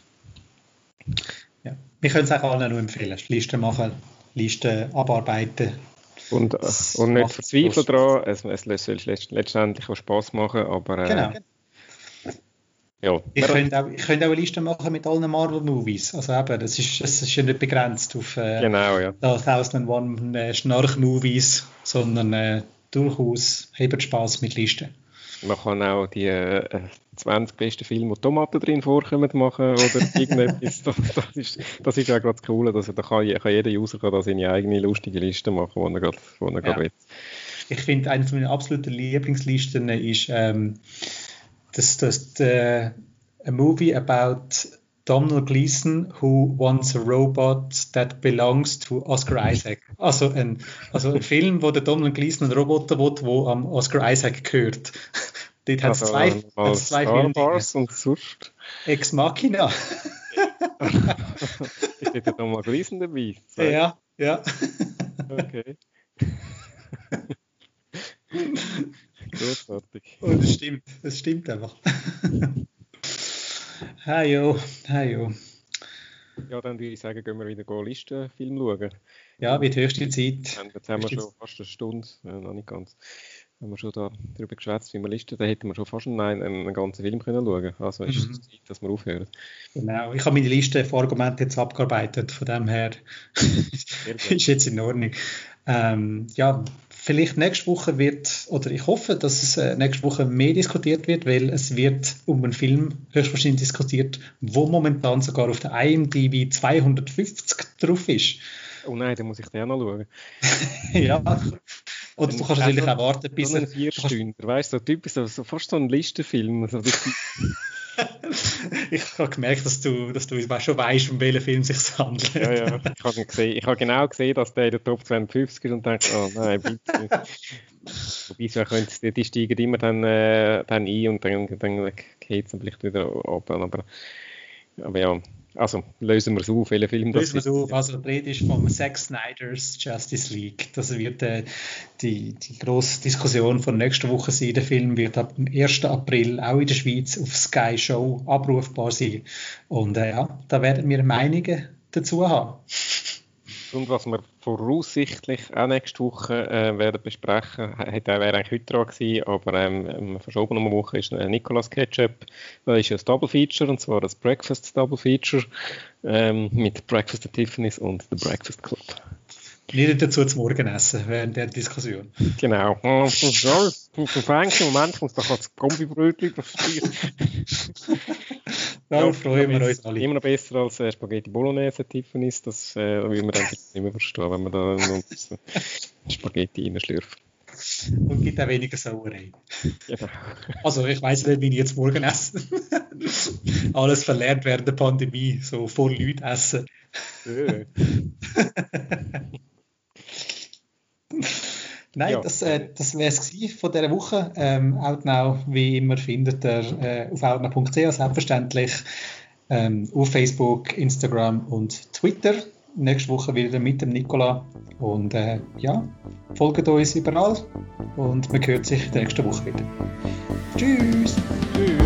Ja. Wir können es auch allen nur empfehlen. Listen machen, Listen abarbeiten. Und, und nicht verzweifeln daran, es, es soll letztendlich auch Spass machen, aber äh, genau. Ja. Ich könnte auch, ich könnte auch eine Liste machen mit allen Marvel-Movies. Also eben, das ist, das ist ja nicht begrenzt auf äh, genau, ja. tausend und eins äh, Schnarch-Movies, sondern äh, durchaus habt Spass mit Listen. Man kann auch die äh, zwanzig besten Filme, wo Tomaten drin vorkommen, machen oder irgendetwas. Das, das, ist, das ist ja gerade das Coole, dass da kann, kann jeder User kann da seine eigene lustige Liste machen, die er gerade, wo er gerade ja. will. Ich finde, eine meiner absoluten Lieblingslisten ist ähm, das, das, the, a movie about Domhnall Gleeson who wants a robot that belongs to Oscar Isaac. Also ein, also ein Film, wo der Domhnall Gleeson einen Roboter will, der am Oscar Isaac gehört. Dort hat es also, zwei, hat's zwei Filme. Und sonst. Ex Machina. Ist nicht der Domhnall Gleeson dabei? Zwei. Ja, ja. Okay. Großartig. Und es stimmt, es stimmt einfach. Hajo, hajo. Ja, dann würde ich sagen, gehen wir wieder Listenfilm schauen. Ja, wird höchste Zeit. Jetzt haben wir schon fast eine Stunde, ja, noch nicht ganz, haben wir schon da darüber geschwätzt, wie wir Listen, da hätten wir schon fast einen, einen, einen ganzen Film können schauen. Also ist es mhm. Zeit, dass wir aufhören. Genau, ich habe meine Liste von Argumenten jetzt abgearbeitet, von dem her ist jetzt in Ordnung. Ähm, ja, vielleicht nächste Woche wird, oder ich hoffe, dass es äh, nächste Woche mehr diskutiert wird, weil es wird um einen Film höchstwahrscheinlich diskutiert, wo momentan sogar auf der I M D B zweihundertfünfzig drauf ist. Oh nein, dann muss ich den auch noch schauen. Ja, oder du kannst natürlich auch warten, bis so er... vier Stunden, weißt du, so typisch, so, so fast so ein Listenfilm. So ich habe gemerkt, dass du, dass du schon weißt, um welchen Film es sich handelt. Ja, ja, ich habe gesehen, ich habe genau gesehen, dass der in der Top zweihundertfünfzig ist und dachte, oh nein, bitte. Wobei, so die steigen immer dann, äh, dann ein und dann, dann geht es dann vielleicht wieder ab. Aber, aber ja, also lösen wir es auf, welchen Film das ist. Lösen wir es auf, also die Rede ist vom Zack Snyder's Justice League. Das wird äh, die, die grosse Diskussion von nächster Woche sein. Der Film wird ab dem ersten April auch in der Schweiz auf Sky Show abrufbar sein. Und äh, ja, da werden wir Meinungen dazu haben. Und was wir voraussichtlich auch nächste Woche äh, werden besprechen, hätte wäre eigentlich heute dran gewesen, aber ähm, verschoben um eine Woche ist äh, Nicolas Ketchup. Das ist ja ein Double Feature, und zwar das Breakfast Double Feature ähm, mit Breakfast at Tiffany's und The Breakfast Club. Nicht dazu zum Morgenessen während der Diskussion. Genau. Ja, vom Moment, ich muss doch das Kombibrötchen verstehen. Da ja, freuen wir uns alle. Immer noch besser als äh, Spaghetti Bolognese, Tiffany's. Das äh, will man dann nicht mehr verstehen, wenn man da noch Spaghetti reinschlürft. Und gibt auch weniger Sauerei. Genau. Also ich weiss nicht, wie ich jetzt morgen esse. Alles verlernt während der Pandemie, so vor Leuten essen. Nein, ja. das, äh, das wäre es von dieser Woche. Ähm, Outnow, wie immer, findet ihr äh, auf outnow punkt c h, selbstverständlich ähm, auf Facebook, Instagram und Twitter. Nächste Woche wieder mit dem Nicola. Und äh, ja, folgt uns überall und man hört sich nächste Woche wieder. Tschüss! Tschüss!